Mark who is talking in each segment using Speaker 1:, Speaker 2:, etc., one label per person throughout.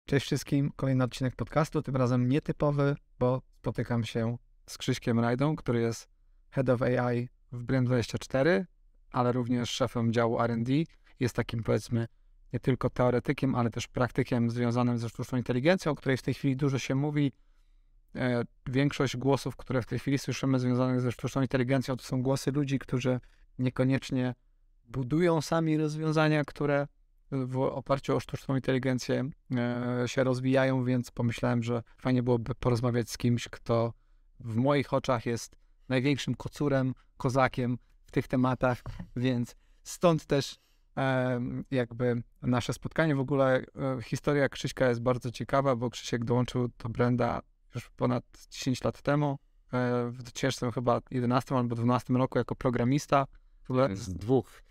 Speaker 1: Cześć wszystkim, kolejny odcinek podcastu, tym razem nietypowy, bo spotykam się z Krzyśkiem Rajdą, który jest Head of AI w Brand24, ale również szefem działu R&D. Jest takim, powiedzmy, nie tylko teoretykiem, ale też praktykiem związanym ze sztuczną inteligencją, o której w tej chwili dużo się mówi. Większość głosów, które w tej chwili słyszymy związanych ze sztuczną inteligencją, to są głosy ludzi, którzy niekoniecznie budują sami rozwiązania, które w oparciu o sztuczną inteligencję się rozwijają, więc pomyślałem, że fajnie byłoby porozmawiać z kimś, kto w moich oczach jest największym kocurem, kozakiem w tych tematach, więc stąd też jakby nasze spotkanie. W ogóle historia Krzyśka jest bardzo ciekawa, bo Krzysiek dołączył do Branda już ponad 10 lat temu, w 2000 chyba 11 albo 12 roku jako programista. W ogóle
Speaker 2: z dwóch.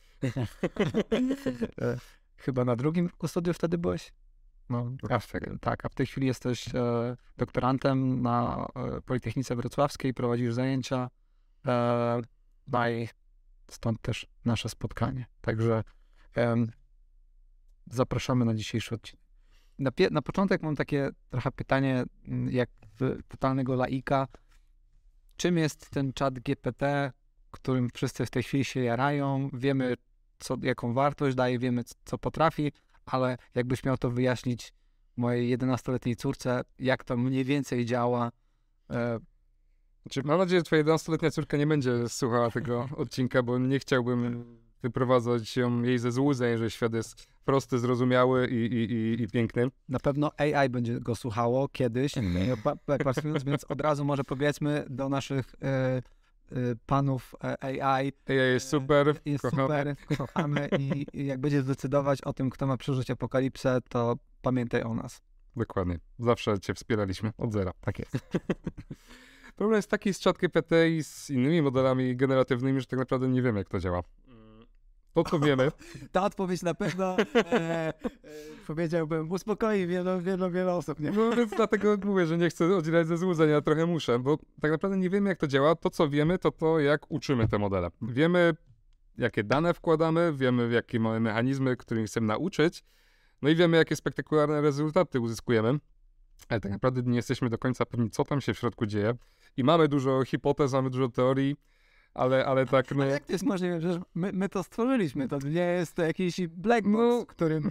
Speaker 1: Chyba na drugim roku studiów wtedy byłeś? No, tak, a w tej chwili jesteś doktorantem na Politechnice Wrocławskiej, prowadzisz zajęcia, stąd też nasze spotkanie. Także zapraszamy na dzisiejszy odcinek. Na początek mam takie trochę pytanie, jak totalnego laika. Czym jest ten czat GPT, którym wszyscy w tej chwili się jarają? Wiemy, jaką wartość daje, wiemy, co potrafi, ale jakbyś miał to wyjaśnić mojej 11-letniej córce, jak to mniej więcej działa.
Speaker 2: Mam nadzieję, że twoja 11-letnia córka nie będzie słuchała tego odcinka, bo nie chciałbym wyprowadzać jej ze złudzeń, że świat jest prosty, zrozumiały i piękny.
Speaker 1: Na pewno AI będzie go słuchało kiedyś, więc od razu może powiedzmy do naszych panów AI.
Speaker 2: AI jest super.
Speaker 1: Kochamy i jak będziesz decydować o tym, kto ma przeżyć apokalipsę, to pamiętaj o nas.
Speaker 2: Dokładnie. Zawsze cię wspieraliśmy od zera.
Speaker 1: Tak jest.
Speaker 2: Problem jest taki z ChatGPT i z innymi modelami generatywnymi, że tak naprawdę nie wiemy, jak to działa. To, co wiemy...
Speaker 1: Ta odpowiedź na pewno, powiedziałbym, uspokoi wiele osób, nie?
Speaker 2: No więc dlatego mówię, że nie chcę oddzielać ze złudzenia, a trochę muszę, bo tak naprawdę nie wiemy, jak to działa. To, co wiemy, to jak uczymy te modele. Wiemy, jakie dane wkładamy, wiemy, jakie mamy mechanizmy, którymi chcemy nauczyć, no i wiemy, jakie spektakularne rezultaty uzyskujemy, ale tak naprawdę nie jesteśmy do końca pewni, co tam się w środku dzieje. I mamy dużo hipotez, mamy dużo teorii, ale tak... No...
Speaker 1: A jak to jest możliwe? Przecież my to stworzyliśmy, to nie jest to jakiś black box, którym...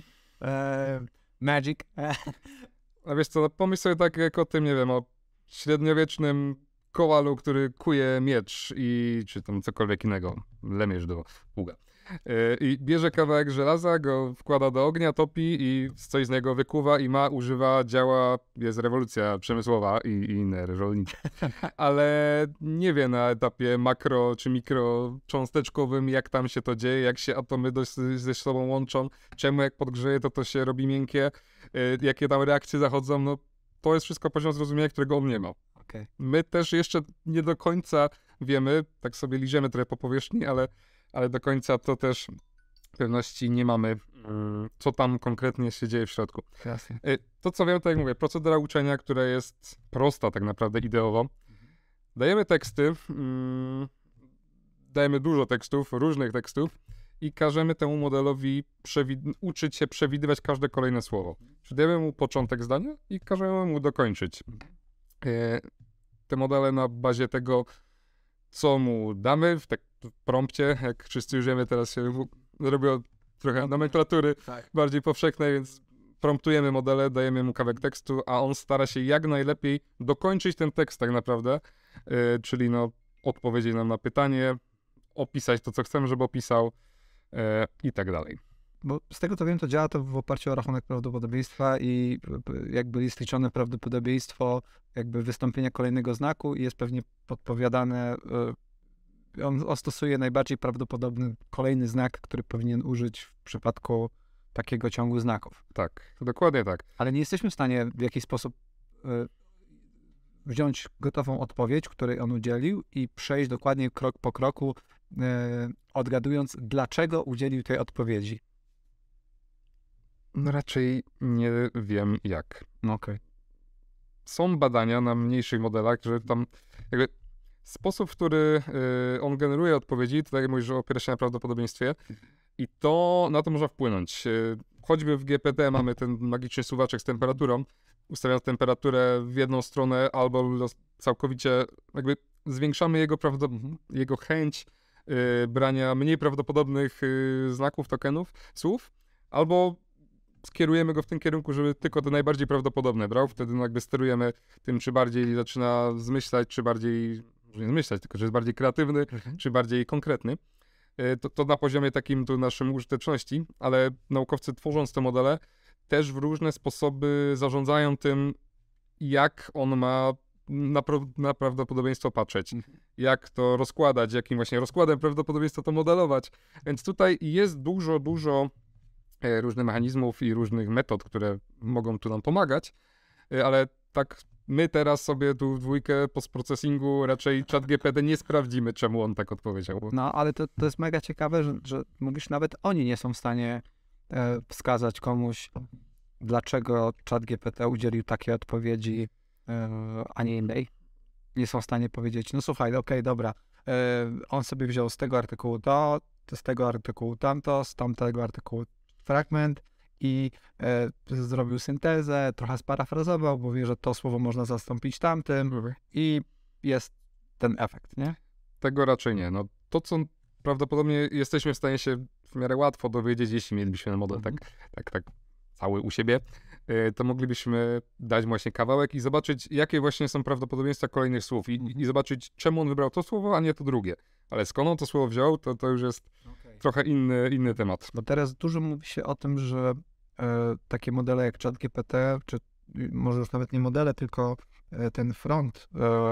Speaker 1: magic.
Speaker 2: A wiesz co, pomyśl sobie tak jak o tym, nie wiem, o średniowiecznym kowalu, który kuje miecz czy tam cokolwiek innego, lemierz do pługa. I bierze kawałek żelaza, go wkłada do ognia, topi i coś z niego wykuwa i używa, działa, jest rewolucja przemysłowa i inne rolnicze. Ale nie wie na etapie makro czy mikrocząsteczkowym, jak tam się to dzieje, jak się atomy ze sobą łączą, czemu jak podgrzeje to się robi miękkie, jakie tam reakcje zachodzą, no to jest wszystko poziom zrozumienia, którego on nie ma.
Speaker 1: Okay.
Speaker 2: My też jeszcze nie do końca wiemy, tak sobie liziemy trochę po powierzchni, ale do końca to też pewności nie mamy, co tam konkretnie się dzieje w środku.
Speaker 1: Jasne.
Speaker 2: To, co wiem, tak jak mówię, procedura uczenia, która jest prosta tak naprawdę ideowo. Dajemy teksty, dajemy dużo tekstów, różnych tekstów i każemy temu modelowi uczyć się przewidywać każde kolejne słowo. Dajemy mu początek zdania i każemy mu dokończyć. Te modele na bazie tego, co mu damy w prompcie, jak wszyscy już wiemy, teraz się robią trochę nomenklatury bardziej powszechnej, więc promptujemy modele, dajemy mu kawałek tekstu, a on stara się jak najlepiej dokończyć ten tekst tak naprawdę, czyli no odpowiedzieć nam na pytanie, opisać to, co chcemy, żeby opisał i tak dalej.
Speaker 1: Bo z tego co wiem, to działa to w oparciu o rachunek prawdopodobieństwa i jakby jest liczone prawdopodobieństwo jakby wystąpienia kolejnego znaku i jest pewnie podpowiadane, on stosuje najbardziej prawdopodobny kolejny znak, który powinien użyć w przypadku takiego ciągu znaków.
Speaker 2: Tak, dokładnie tak.
Speaker 1: Ale nie jesteśmy w stanie w jakiś sposób wziąć gotową odpowiedź, której on udzielił i przejść dokładnie krok po kroku, odgadując, dlaczego udzielił tej odpowiedzi.
Speaker 2: No raczej nie wiem jak.
Speaker 1: No okej.
Speaker 2: Są badania na mniejszych modelach, że tam jakby sposób, w który on generuje odpowiedzi, to tak jak mówisz, że opiera się na prawdopodobieństwie i to na to można wpłynąć. choćby w GPT mamy ten magiczny suwaczek z temperaturą, ustawiając temperaturę w jedną stronę albo całkowicie jakby zwiększamy jego chęć brania mniej prawdopodobnych znaków, tokenów, słów, albo skierujemy go w tym kierunku, żeby tylko te najbardziej prawdopodobne brał, wtedy jakby sterujemy tym, czy bardziej zaczyna zmyślać, czy bardziej, może nie zmyślać, tylko że jest bardziej kreatywny, czy bardziej konkretny. To na poziomie takim tu naszym użyteczności, ale naukowcy tworząc te modele też w różne sposoby zarządzają tym, jak on ma na prawdopodobieństwo patrzeć, jak to rozkładać, jakim właśnie rozkładem prawdopodobieństwa to modelować. Więc tutaj jest dużo różnych mechanizmów i różnych metod, które mogą tu nam pomagać, ale tak my teraz sobie tu w dwójkę postprocesingu raczej ChatGPT nie sprawdzimy, czemu on tak odpowiedział.
Speaker 1: No, ale to jest mega ciekawe, że mówisz, nawet oni nie są w stanie wskazać komuś, dlaczego ChatGPT udzielił takiej odpowiedzi, a nie innej. Nie są w stanie powiedzieć, no słuchaj, okej, dobra, on sobie wziął z tego artykułu to, z tego artykułu tamto, z tamtego artykułu fragment i zrobił syntezę, trochę sparafrazował, bo wie, że to słowo można zastąpić tamtym i jest ten efekt, nie?
Speaker 2: Tego raczej nie. No, to, co prawdopodobnie jesteśmy w stanie się w miarę łatwo dowiedzieć, jeśli mielibyśmy model tak cały u siebie, to moglibyśmy dać właśnie kawałek i zobaczyć, jakie właśnie są prawdopodobieństwa kolejnych słów i zobaczyć, czemu on wybrał to słowo, a nie to drugie. Ale skąd on to słowo wziął, to już jest trochę inny temat.
Speaker 1: Bo teraz dużo mówi się o tym, że takie modele jak ChatGPT, czy może już nawet nie modele, tylko ten front,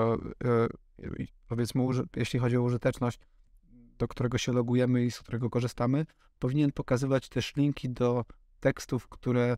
Speaker 1: powiedzmy, jeśli chodzi o użyteczność, do którego się logujemy i z którego korzystamy, powinien pokazywać też linki do tekstów,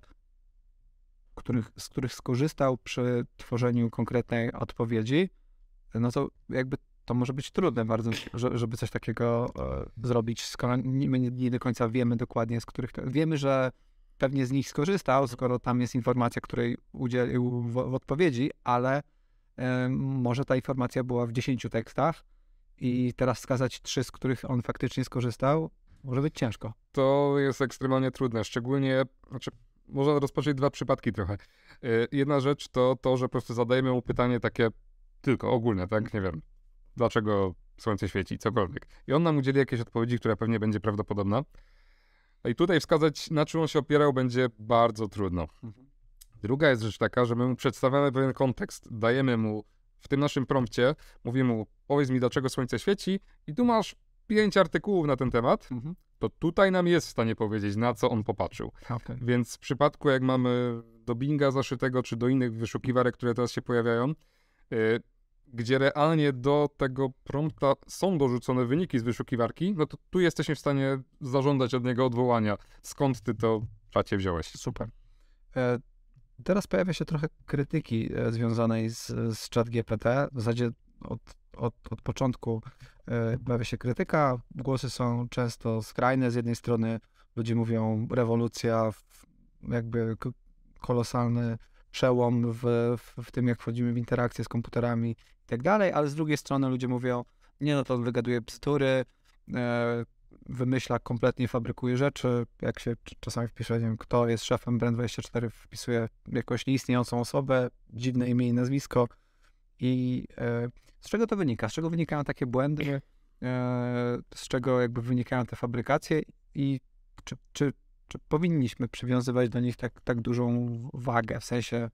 Speaker 1: z których skorzystał przy tworzeniu konkretnej odpowiedzi. No to jakby to może być trudne bardzo, żeby coś takiego zrobić, skoro my nie do końca wiemy dokładnie, z których... Wiemy, że pewnie z nich skorzystał, skoro tam jest informacja, której udzielił w odpowiedzi, ale może ta informacja była w 10 tekstach i teraz wskazać 3, z których on faktycznie skorzystał, może być ciężko.
Speaker 2: To jest ekstremalnie trudne, szczególnie, można rozpocząć 2 przypadki trochę. Jedna rzecz to, że po prostu zadajemy mu pytanie takie tylko ogólne, tak, nie wiem, dlaczego słońce świeci, cokolwiek. I on nam udzieli jakiejś odpowiedzi, która pewnie będzie prawdopodobna. I tutaj wskazać, na czym on się opierał, będzie bardzo trudno. Druga jest rzecz taka, że my mu przedstawiamy pewien kontekst, dajemy mu w tym naszym prompcie, mówimy mu, powiedz mi, dlaczego słońce świeci i tu masz 5 artykułów na ten temat, to tutaj nam jest w stanie powiedzieć, na co on popatrzył.
Speaker 1: Okay.
Speaker 2: Więc w przypadku, jak mamy do Binga zaszytego, czy do innych wyszukiwarek, które teraz się pojawiają, gdzie realnie do tego prompta są dorzucone wyniki z wyszukiwarki, no to tu jesteśmy w stanie zażądać od niego odwołania. Skąd ty to w czacie wziąłeś?
Speaker 1: Super. Teraz pojawia się trochę krytyki związanej z ChatGPT. W zasadzie od początku pojawia się krytyka. Głosy są często skrajne. Z jednej strony ludzie mówią rewolucja, jakby kolosalny przełom w tym, jak wchodzimy w interakcję z komputerami i tak dalej, ale z drugiej strony ludzie mówią, nie no, to on wygaduje bzdury, wymyśla, kompletnie fabrykuje rzeczy. Jak się czasami wpisze, nie wiem, kto jest szefem Brand24, wpisuje jakąś nieistniejącą osobę, dziwne imię i nazwisko. I z czego to wynika? Z czego wynikają takie błędy? Z czego jakby wynikają te fabrykacje? I czy powinniśmy przywiązywać do nich tak dużą wagę? W sensie,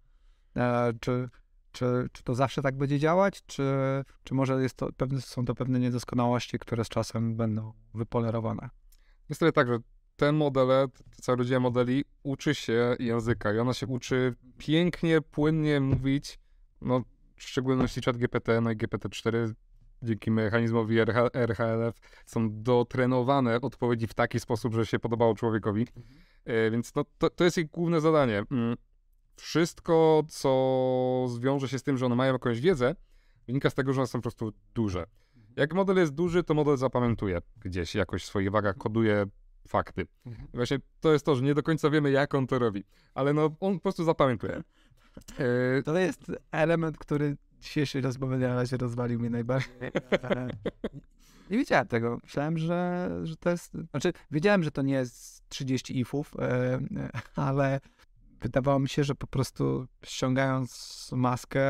Speaker 1: czy to zawsze tak będzie działać? Czy może są to pewne niedoskonałości, które z czasem będą wypolerowane?
Speaker 2: Jest to tak, że te modele, cała rodzina modeli uczy się języka i ona się uczy pięknie, płynnie mówić, no w szczególności ChatGPT, no i GPT-4 dzięki mechanizmowi RHLF są dotrenowane odpowiedzi w taki sposób, że się podobało człowiekowi. Więc no, to jest ich główne zadanie. Wszystko, co zwiąże się z tym, że one mają jakąś wiedzę, wynika z tego, że one są po prostu duże. Jak model jest duży, to model zapamiętuje gdzieś jakoś w swoich wagach, koduje fakty. I właśnie to jest to, że nie do końca wiemy, jak on to robi, ale no on po prostu zapamiętuje.
Speaker 1: To jest element, który dzisiejszej rozmowy na razie rozwalił mnie najbardziej. Nie wiedziałem tego. Myślałem, że to jest... Znaczy, wiedziałem, że to nie jest 30 ifów, ale wydawało mi się, że po prostu ściągając maskę,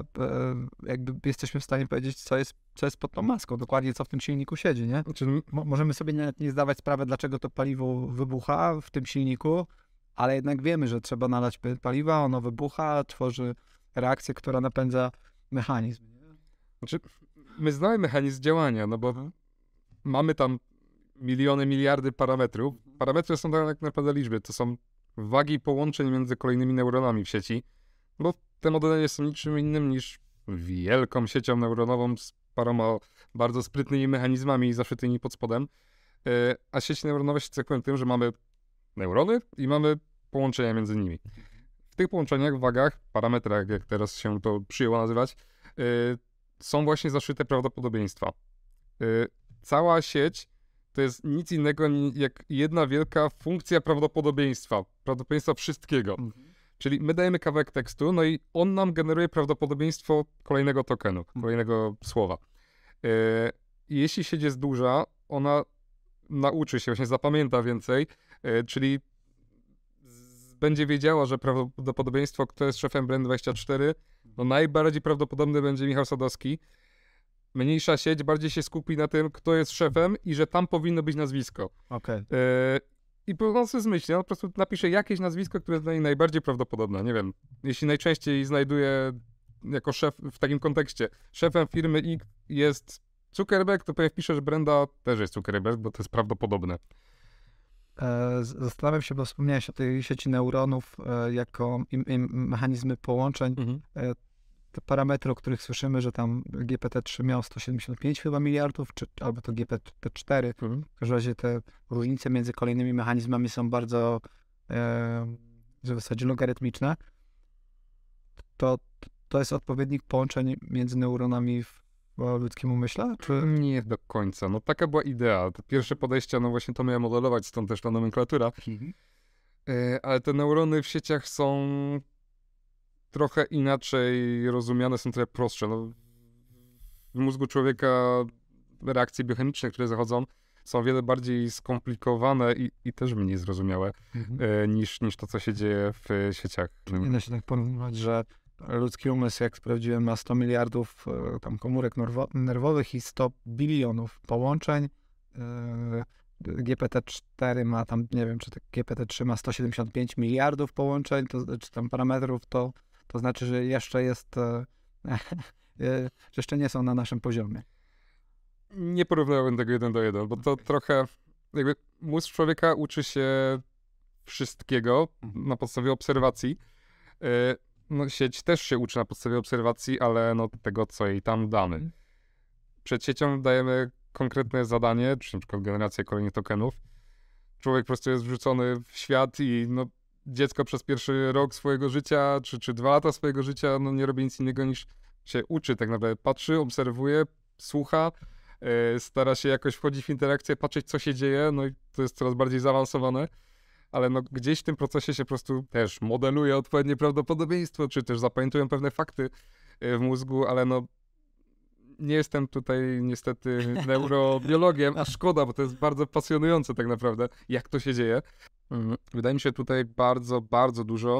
Speaker 1: jakby jesteśmy w stanie powiedzieć, co jest pod tą maską, dokładnie co w tym silniku siedzi, nie?
Speaker 2: Znaczy,
Speaker 1: Możemy sobie nawet nie zdawać sprawy, dlaczego to paliwo wybucha w tym silniku, ale jednak wiemy, że trzeba nalać paliwa, ono wybucha, tworzy reakcję, która napędza mechanizm.
Speaker 2: Znaczy, my znamy mechanizm działania, no bo mamy tam miliony, miliardy parametrów. Parametry są tak naprawdę liczby, to są wagi połączeń między kolejnymi neuronami w sieci, bo te modele nie są niczym innym niż wielką siecią neuronową z paroma bardzo sprytnymi mechanizmami zaszytymi pod spodem. A sieci neuronowe się cechują tym, że mamy neurony i mamy połączenia między nimi. W tych połączeniach, wagach, parametrach, jak teraz się to przyjęło nazywać, są właśnie zaszyte prawdopodobieństwa. Cała sieć to jest nic innego jak jedna wielka funkcja prawdopodobieństwa wszystkiego. Czyli my dajemy kawałek tekstu, no i on nam generuje prawdopodobieństwo kolejnego tokenu, kolejnego słowa. Jeśli sieć jest duża, ona nauczy się, właśnie zapamięta więcej, czyli będzie wiedziała, że prawdopodobieństwo, kto jest szefem Brand24, no najbardziej prawdopodobny będzie Michał Sadowski. Mniejsza sieć bardziej się skupi na tym, kto jest szefem i że tam powinno być nazwisko.
Speaker 1: Okay.
Speaker 2: I po prostu zmyśli, on po prostu napisze jakieś nazwisko, które jest najbardziej prawdopodobne. Nie wiem, jeśli najczęściej znajduje jako szef w takim kontekście, szefem firmy X jest Zuckerberg, to pewnie wpisze, że Brenda też jest Zuckerberg, bo to jest prawdopodobne.
Speaker 1: Zastanawiam się, bo wspomniałeś o tej sieci neuronów jako mechanizmy połączeń. Te parametry, o których słyszymy, że tam GPT-3 miał 175 chyba miliardów, albo to GPT-4. W każdym razie te różnice między kolejnymi mechanizmami są bardzo w zasadzie logarytmiczne. To jest odpowiednik połączeń między neuronami w ludzkim umyśle? Czy...
Speaker 2: Nie do końca. No taka była idea. Te pierwsze podejścia, no właśnie to miałem modelować, stąd też ta nomenklatura. Ale te neurony w sieciach są trochę inaczej rozumiane, są trochę prostsze. No, w mózgu człowieka reakcje biochemiczne, które zachodzą, są o wiele bardziej skomplikowane i też mniej zrozumiałe niż to, co się dzieje w sieciach.
Speaker 1: Nie da się tak porównywać, że ludzki umysł, jak sprawdziłem, ma 100 miliardów tam komórek nerwowych i 100 bilionów połączeń. GPT-4 ma tam, nie wiem, czy GPT-3 ma 175 miliardów połączeń, czy tam parametrów, to znaczy, że jeszcze jest, że jeszcze nie są na naszym poziomie.
Speaker 2: Nie porównałbym tego 1 do 1, bo to trochę, jakby mózg człowieka uczy się wszystkiego na podstawie obserwacji. No, sieć też się uczy na podstawie obserwacji, ale no tego, co jej tam damy. Przed siecią dajemy konkretne zadanie, czy na przykład generację kolejnych tokenów. Człowiek po prostu jest wrzucony w świat i no, dziecko przez pierwszy rok swojego życia, czy 2 lata swojego życia, no nie robi nic innego niż się uczy, tak naprawdę patrzy, obserwuje, słucha, stara się jakoś wchodzić w interakcję, patrzeć, co się dzieje, no i to jest coraz bardziej zaawansowane, ale no gdzieś w tym procesie się po prostu też modeluje odpowiednie prawdopodobieństwo, czy też zapamiętują pewne fakty w mózgu, ale no nie jestem tutaj niestety neurobiologiem, a szkoda, bo to jest bardzo pasjonujące tak naprawdę, jak to się dzieje. Wydaje mi się tutaj bardzo, bardzo dużo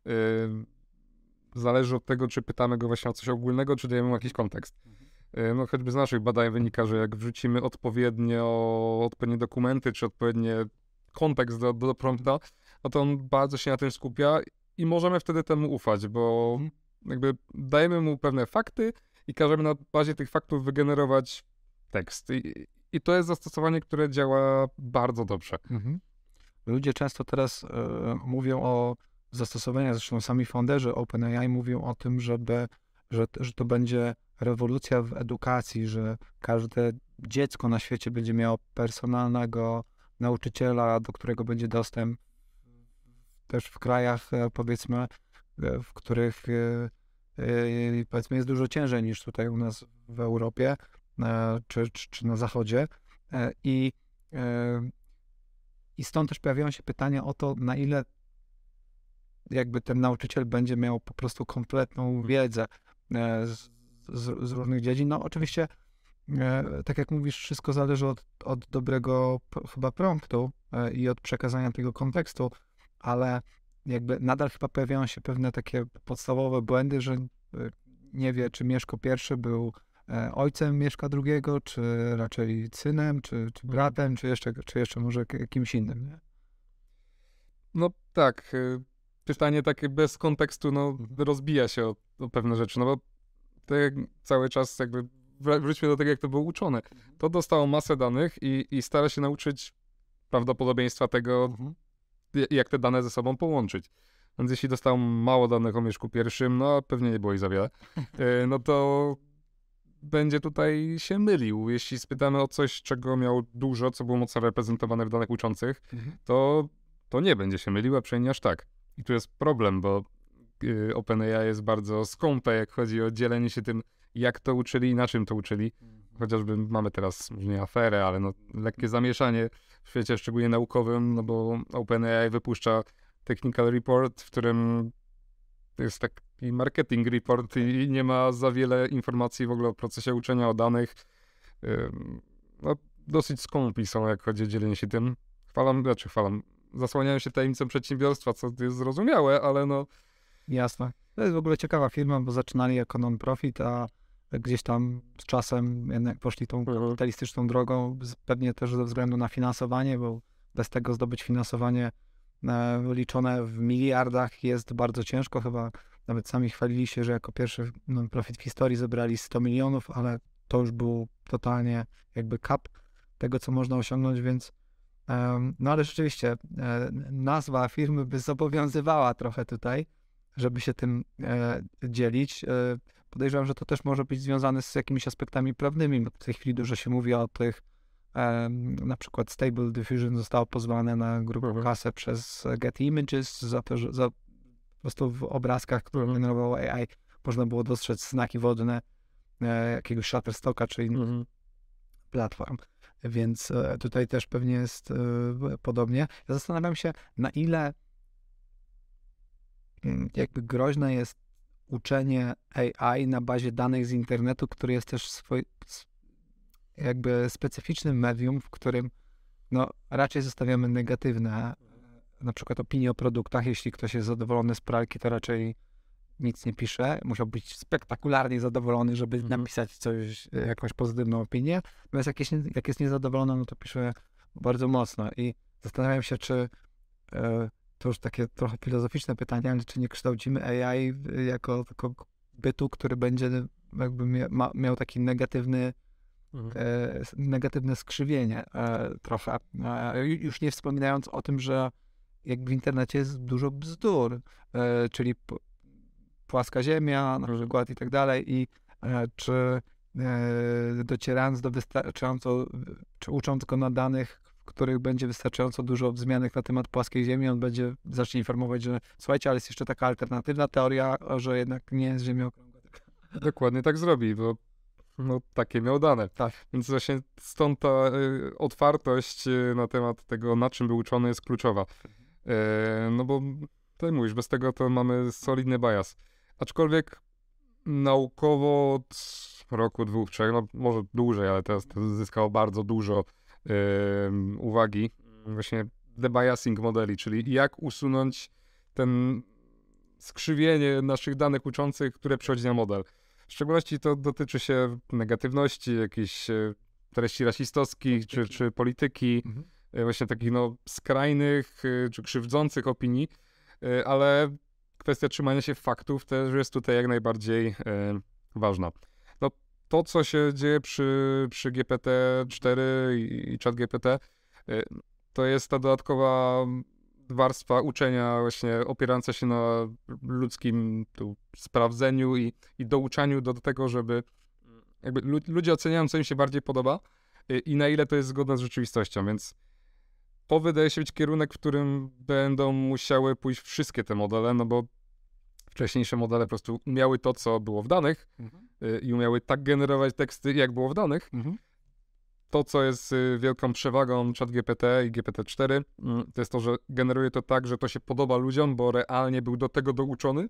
Speaker 2: zależy od tego, czy pytamy go właśnie o coś ogólnego, czy dajemy mu jakiś kontekst. No choćby z naszych badań wynika, że jak wrzucimy odpowiednie dokumenty, czy odpowiednie kontekst do prompta, no to on bardzo się na tym skupia i możemy wtedy temu ufać, bo jakby dajemy mu pewne fakty i każemy na bazie tych faktów wygenerować tekst. I to jest zastosowanie, które działa bardzo dobrze.
Speaker 1: Ludzie często teraz mówią o zastosowaniach, zresztą sami founderzy OpenAI mówią o tym, że to będzie rewolucja w edukacji, że każde dziecko na świecie będzie miało personalnego nauczyciela, do którego będzie dostęp też w krajach, powiedzmy, w których powiedzmy jest dużo ciężej niż tutaj u nas w Europie czy na Zachodzie. I stąd też pojawiają się pytania o to, na ile jakby ten nauczyciel będzie miał po prostu kompletną wiedzę z różnych dziedzin. No oczywiście tak jak mówisz, wszystko zależy od dobrego chyba promptu i od przekazania tego kontekstu, ale jakby nadal chyba pojawiają się pewne takie podstawowe błędy, że nie wie, czy Mieszko I był ojcem Mieszka II, czy raczej synem, czy bratem, czy jeszcze może kimś innym, nie?
Speaker 2: No tak, pytanie takie bez kontekstu, no rozbija się o pewne rzeczy, no bo tak cały czas jakby wróćmy do tego, jak to było uczone. To dostało masę danych i stara się nauczyć prawdopodobieństwa tego, jak te dane ze sobą połączyć. Więc jeśli dostał mało danych o Mieszku I, no a pewnie nie było ich za wiele, no to będzie tutaj się mylił. Jeśli spytamy o coś, czego miał dużo, co było mocno reprezentowane w danych uczących, to nie będzie się mylił, a przynajmniej aż tak. I tu jest problem, bo OpenAI jest bardzo skąpe, jak chodzi o dzielenie się tym, jak to uczyli i na czym to uczyli. Chociażby mamy teraz, może nie aferę, ale no, lekkie zamieszanie w świecie szczególnie naukowym, no bo OpenAI wypuszcza technical report, w którym jest taki marketing report i nie ma za wiele informacji w ogóle o procesie uczenia, o danych. No, dosyć skąpi są, jak chodzi o dzielenie się tym. Zasłaniają się tajemnicą przedsiębiorstwa, co jest zrozumiałe, ale no...
Speaker 1: Jasne. To jest w ogóle ciekawa firma, bo zaczynali jako non-profit, a gdzieś tam z czasem jednak poszli tą kapitalistyczną drogą, pewnie też ze względu na finansowanie, bo bez tego zdobyć finansowanie liczone w miliardach jest bardzo ciężko. Chyba nawet sami chwalili się, że jako pierwszy non-profit w historii zebrali 100 milionów, ale to już był totalnie jakby cap tego, co można osiągnąć, więc no ale rzeczywiście nazwa firmy by zobowiązywała trochę tutaj, żeby się tym dzielić. Podejrzewam, że to też może być związane z jakimiś aspektami prawnymi, bo w tej chwili dużo się mówi o tych, na przykład Stable Diffusion zostało pozwane na grubą kasę przez Getty Images za to, że po prostu w obrazkach, które generowało AI, można było dostrzec znaki wodne jakiegoś Shutterstocka czy innych platform. Więc tutaj też pewnie jest podobnie. Ja zastanawiam się, na ile jakby groźne jest uczenie AI na bazie danych z internetu, który jest też jakby specyficznym medium, w którym no, raczej zostawiamy negatywne na przykład opinie o produktach. Jeśli ktoś jest zadowolony z pralki, to raczej nic nie pisze. Musiał być spektakularnie zadowolony, żeby napisać coś, jakąś pozytywną opinię. Natomiast jak jest niezadowolony, no to pisze bardzo mocno. I zastanawiam się, czy to już takie trochę filozoficzne pytanie, ale czy nie kształcimy AI jako bytu, który będzie jakby miał taki negatywne skrzywienie trochę. Już nie wspominając o tym, że jakby w internecie jest dużo bzdur, czyli płaska ziemia na przykład i tak dalej, i czy docierając do czy ucząc go na danych, w których będzie wystarczająco dużo wzmianek na temat płaskiej ziemi, on zacznie informować, że słuchajcie, ale jest jeszcze taka alternatywna teoria, że jednak nie jest Ziemia okrągła.
Speaker 2: Dokładnie tak zrobi, bo no, takie miał dane.
Speaker 1: Tak.
Speaker 2: Więc właśnie stąd ta otwartość na temat tego, na czym był uczony, jest kluczowa. No bo tutaj mówisz, bez tego to mamy solidny bias. Aczkolwiek naukowo od roku, 2, 3, no może dłużej, ale teraz to zyskało bardzo dużo uwagi. Właśnie debiasing modeli, czyli jak usunąć ten skrzywienie naszych danych uczących, które przychodzi na model. W szczególności to dotyczy się negatywności, jakichś treści rasistowskich, czy polityki, właśnie takich no skrajnych, czy krzywdzących opinii, ale kwestia trzymania się faktów też jest tutaj jak najbardziej ważna. No, to, co się dzieje przy GPT-4 i ChatGPT, to jest ta dodatkowa warstwa uczenia właśnie opierająca się na ludzkim sprawdzeniu i douczaniu do tego, żeby jakby ludzie oceniają, co im się bardziej podoba i na ile to jest zgodne z rzeczywistością, więc to wydaje się być kierunek, w którym będą musiały pójść wszystkie te modele, no bo wcześniejsze modele po prostu umiały to, co było w danych i umiały tak generować teksty, jak było w danych. To, co jest wielką przewagą ChatGPT i GPT-4, to jest to, że generuje to tak, że to się podoba ludziom, bo realnie był do tego douczony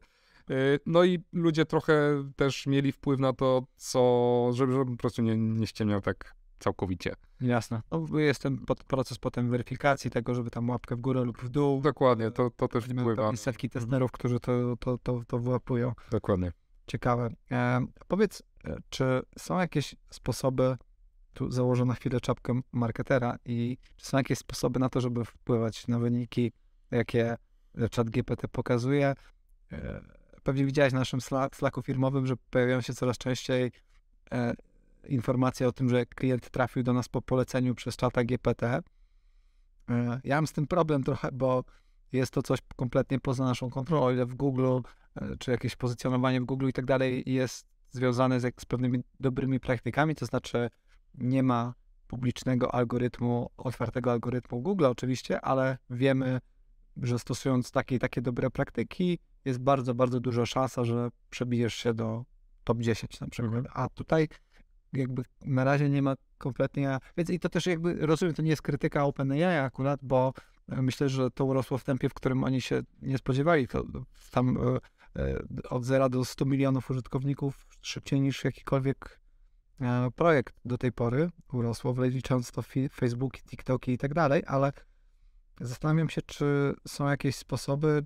Speaker 2: No i ludzie trochę też mieli wpływ na to, żeby po prostu nie ściemniał tak całkowicie.
Speaker 1: Jasne. No, jest ten proces potem weryfikacji tego, żeby tam łapkę w górę lub w dół.
Speaker 2: Dokładnie, to też wpływa.
Speaker 1: Setki testerów, którzy to wyłapują.
Speaker 2: Dokładnie.
Speaker 1: Ciekawe. Powiedz, czy są jakieś sposoby, tu założę na chwilę czapkę marketera, i czy są jakieś sposoby na to, żeby wpływać na wyniki, jakie ChatGPT pokazuje? Pewnie widziałeś na naszym Slacku firmowym, że pojawiają się coraz częściej informacje o tym, że klient trafił do nas po poleceniu przez ChatGPT. Ja mam z tym problem trochę, bo jest to coś kompletnie poza naszą kontrolą, o ile w Google, czy jakieś pozycjonowanie w Google i tak dalej jest związane z pewnymi dobrymi praktykami, to znaczy nie ma publicznego algorytmu, otwartego algorytmu Google oczywiście, ale wiemy, że stosując takie dobre praktyki jest bardzo, bardzo duża szansa, że przebijesz się do top 10 na przykład. A tutaj jakby na razie nie ma kompletnie, więc i to też jakby, rozumiem, to nie jest krytyka OpenAI akurat, bo myślę, że to urosło w tempie, w którym oni się nie spodziewali. To tam od 0 do 100 milionów użytkowników szybciej niż jakikolwiek projekt do tej pory urosło, licząc to Facebook, TikToki i tak dalej, ale zastanawiam się, czy są jakieś sposoby,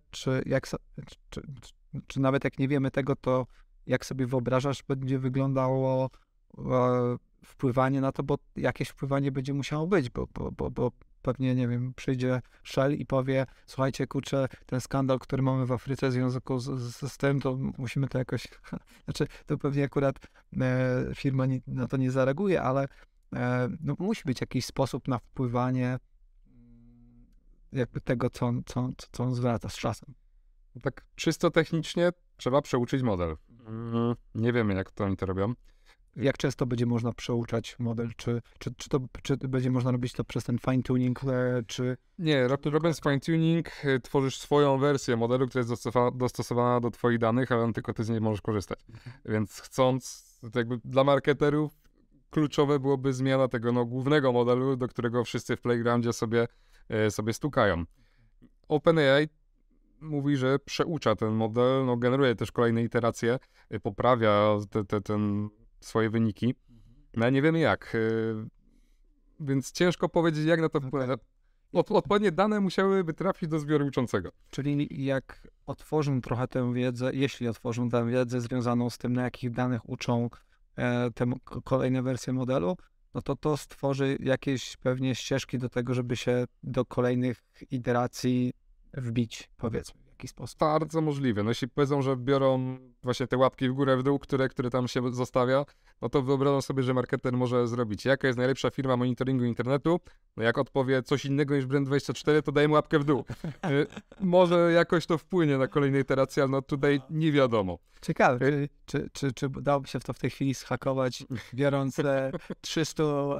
Speaker 1: czy nawet jak nie wiemy tego, to jak sobie wyobrażasz, będzie wyglądało wpływanie na to, bo jakieś wpływanie będzie musiało być, bo pewnie, nie wiem, przyjdzie Shell i powie, słuchajcie, kurczę, ten skandal, który mamy w Afryce w związku z tym, to musimy to jakoś, znaczy to pewnie akurat firma na to nie zareaguje, ale no, musi być jakiś sposób na wpływanie jakby tego, co on zwraca z czasem.
Speaker 2: Tak czysto technicznie trzeba przeuczyć model. Nie wiemy, jak to oni to robią.
Speaker 1: Jak często będzie można przeuczać model? Czy będzie można robić to przez ten fine-tuning, czy...
Speaker 2: Nie, robiąc fine-tuning, tworzysz swoją wersję modelu, która jest dostosowana do twoich danych, ale tylko ty z niej możesz korzystać. Więc to jakby dla marketerów kluczowe byłoby zmiana tego głównego modelu, do którego wszyscy w Playgroundzie sobie stukają. OpenAI mówi, że przeucza ten model, generuje też kolejne iteracje, poprawia swoje wyniki, no ale nie wiemy jak. Więc ciężko powiedzieć, jak na to wpłynie. Odpowiednie dane musiałyby trafić do zbioru uczącego.
Speaker 1: Czyli jak otworzą trochę tę wiedzę, jeśli otworzą tę wiedzę związaną z tym, na jakich danych uczą te kolejne wersje modelu, no to stworzy jakieś pewnie ścieżki do tego, żeby się do kolejnych iteracji wbić, powiedzmy, w jakiś sposób.
Speaker 2: Bardzo możliwe. No jeśli powiedzą, że biorą właśnie te łapki w górę, w dół, które tam się zostawia, no to wyobrażam sobie, że marketer może zrobić. Jaka jest najlepsza firma monitoringu internetu? No jak odpowie coś innego niż Brand24, to dajemy łapkę w dół. Może jakoś to wpłynie na kolejne iteracje, ale no tutaj nie wiadomo.
Speaker 1: Ciekawe, czy dałoby się w to w tej chwili zhakować, biorąc 300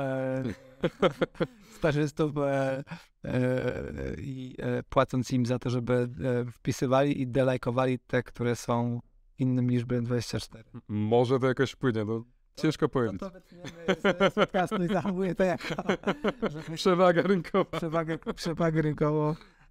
Speaker 1: stażystów i płacąc im za to, żeby wpisywali i delajkowali te, które są innym niż Brand24.
Speaker 2: Może to jakoś wpłynie, no ciężko powiedzieć.
Speaker 1: To wytniemy z podcastu i zachowuję to jako
Speaker 2: przewaga rynkowa.
Speaker 1: Przewagę rynkową.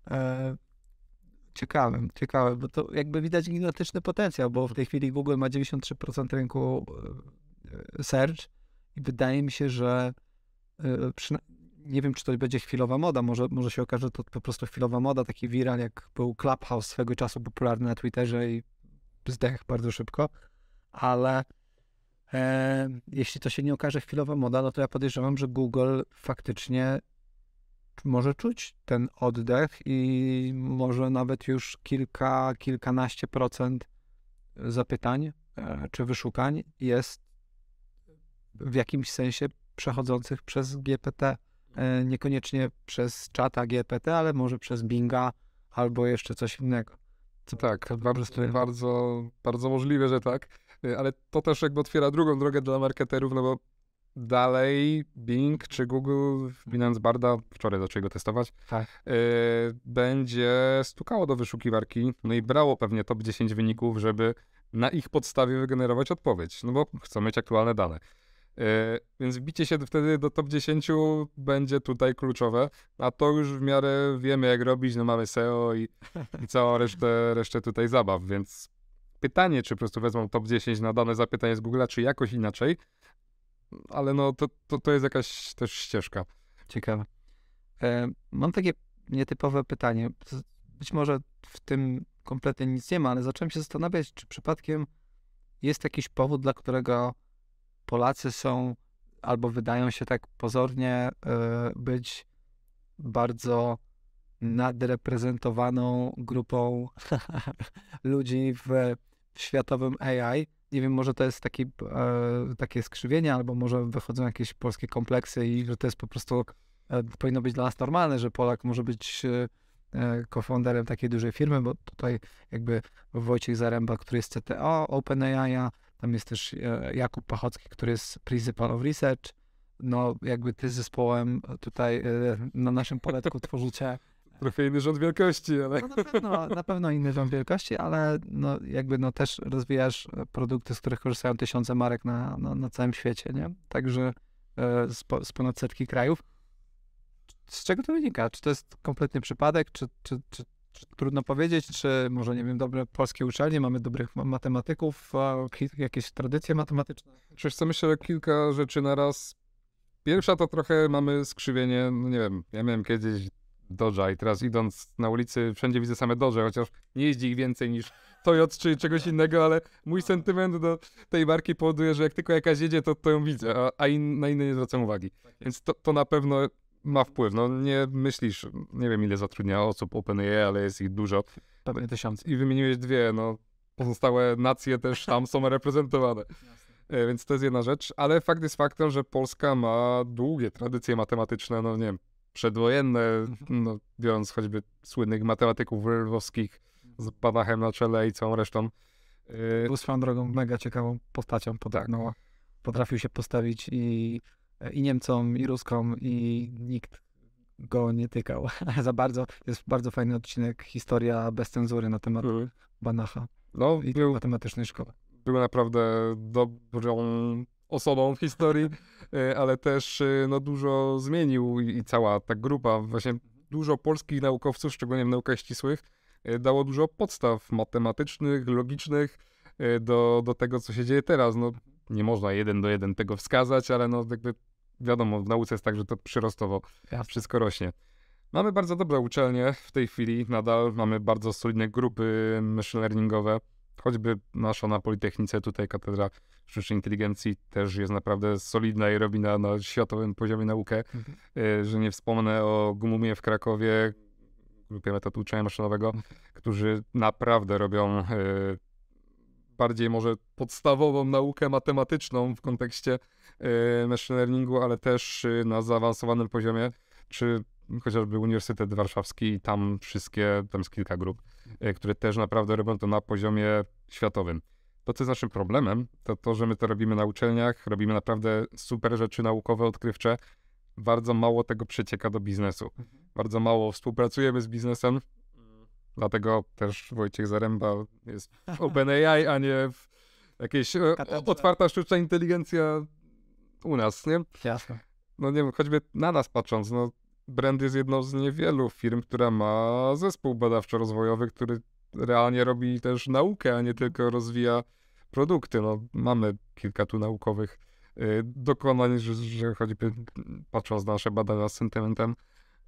Speaker 1: Ciekawe, bo to jakby widać gigantyczny potencjał, bo w tej chwili Google ma 93% rynku search i wydaje mi się, że nie wiem, czy to będzie chwilowa moda, może się okaże, że to po prostu chwilowa moda, taki viral, jak był Clubhouse swego czasu popularny na Twitterze i zdech bardzo szybko, ale jeśli to się nie okaże chwilowa moda, no to ja podejrzewam, że Google faktycznie może czuć ten oddech i może nawet już kilkanaście procent zapytań czy wyszukań jest w jakimś sensie przechodzących przez GPT. Niekoniecznie przez czata GPT, ale może przez Binga albo jeszcze coś innego.
Speaker 2: Tak, bardzo możliwe, że tak, ale to też jakby otwiera drugą drogę dla marketerów, no bo dalej Bing czy Google, wpinając Barda, wczoraj zaczęli go testować,
Speaker 1: tak.
Speaker 2: Będzie stukało do wyszukiwarki, no i brało pewnie top 10 wyników, żeby na ich podstawie wygenerować odpowiedź, no bo chcą mieć aktualne dane. Więc wbicie się wtedy do top 10 będzie tutaj kluczowe, a to już w miarę wiemy jak robić, no mamy SEO i całą resztę tutaj zabaw, więc pytanie, czy po prostu wezmą top 10 na dane zapytanie z Google'a, czy jakoś inaczej, ale no to jest jakaś też ścieżka.
Speaker 1: Ciekawe. Mam takie nietypowe pytanie. Być może w tym kompletnie nic nie ma, ale zacząłem się zastanawiać, czy przypadkiem jest jakiś powód, dla którego Polacy są albo wydają się tak pozornie być bardzo nadreprezentowaną grupą ludzi w światowym AI. Nie wiem, może to jest takie skrzywienie, albo może wychodzą jakieś polskie kompleksy i że to jest po prostu powinno być dla nas normalne, że Polak może być co-founderem takiej dużej firmy, bo tutaj jakby Wojciech Zaręba, który jest CTO OpenAI, tam jest też Jakub Pachocki, który jest Principal of Research. No jakby ty z zespołem tutaj na naszym poletku tworzycie
Speaker 2: Trochę inny rząd wielkości, ale...
Speaker 1: No na pewno inny rząd wielkości, ale no jakby no też rozwijasz produkty, z których korzystają tysiące marek na całym świecie, nie? Także z ponad setki krajów. Z czego to wynika? Czy to jest kompletnie przypadek, czy trudno powiedzieć, czy może, nie wiem, dobre polskie uczelnie, mamy dobrych matematyków, jakieś tradycje matematyczne?
Speaker 2: Wiesz co, myślę, że kilka rzeczy na raz. Pierwsza to trochę mamy skrzywienie, no nie wiem, ja miałem kiedyś Dodge'a i teraz idąc na ulicy wszędzie widzę same Dodge, chociaż nie jeździ ich więcej niż Toyota czy czegoś innego, ale mój sentyment do tej marki powoduje, że jak tylko jakaś jedzie, to ją widzę, na inne nie zwracam uwagi. Więc to na pewno ma wpływ. No nie myślisz, nie wiem ile zatrudnia osób OpenAI, ale jest ich dużo.
Speaker 1: Pewnie 1000.
Speaker 2: I wymieniłeś dwie, no pozostałe nacje też tam są reprezentowane. Więc to jest jedna rzecz, ale fakt jest faktem, że Polska ma długie tradycje matematyczne, no nie wiem, przedwojenne, no, biorąc choćby słynnych matematyków lwowskich z Banachem na czele i całą resztą.
Speaker 1: Był swoją drogą mega ciekawą postacią, podobno potrafił się postawić i Niemcom, i Ruskom, i nikt go nie tykał za bardzo. Jest bardzo fajny odcinek, historia bez cenzury na temat Banacha i matematycznej szkoły.
Speaker 2: Był naprawdę dobrą osobą w historii, ale też no, dużo zmienił i cała ta grupa, właśnie dużo polskich naukowców, szczególnie w naukach ścisłych, dało dużo podstaw matematycznych, logicznych do tego, co się dzieje teraz. No, nie można 1:1 tego wskazać, ale no jakby wiadomo, w nauce jest tak, że to przyrostowo wszystko rośnie. Mamy bardzo dobre uczelnie w tej chwili, nadal mamy bardzo solidne grupy machine learningowe, choćby nasza na Politechnice, tutaj Katedra Sztucznej Inteligencji też jest naprawdę solidna i robi na światowym poziomie naukę, że nie wspomnę o GUM-ie w Krakowie, grupie metod uczenia maszynowego, którzy naprawdę robią bardziej może podstawową naukę matematyczną w kontekście machine learningu, ale też na zaawansowanym poziomie, czy chociażby Uniwersytet Warszawski, tam jest kilka grup, które też naprawdę robią to na poziomie światowym. To, co jest naszym problemem, to, że my to robimy na uczelniach, robimy naprawdę super rzeczy naukowe, odkrywcze, bardzo mało tego przecieka do biznesu. Bardzo mało współpracujemy z biznesem, dlatego też Wojciech Zaręba jest w OpenAI, a nie w jakiejś otwarta sztuczna inteligencja u nas, nie?
Speaker 1: Jasne.
Speaker 2: No nie wiem, choćby na nas patrząc, no Brand jest jedną z niewielu firm, która ma zespół badawczo-rozwojowy, który realnie robi też naukę, a nie tylko rozwija produkty. No, mamy kilka tu naukowych dokonań, że choćby patrząc na nasze badania z sentymentem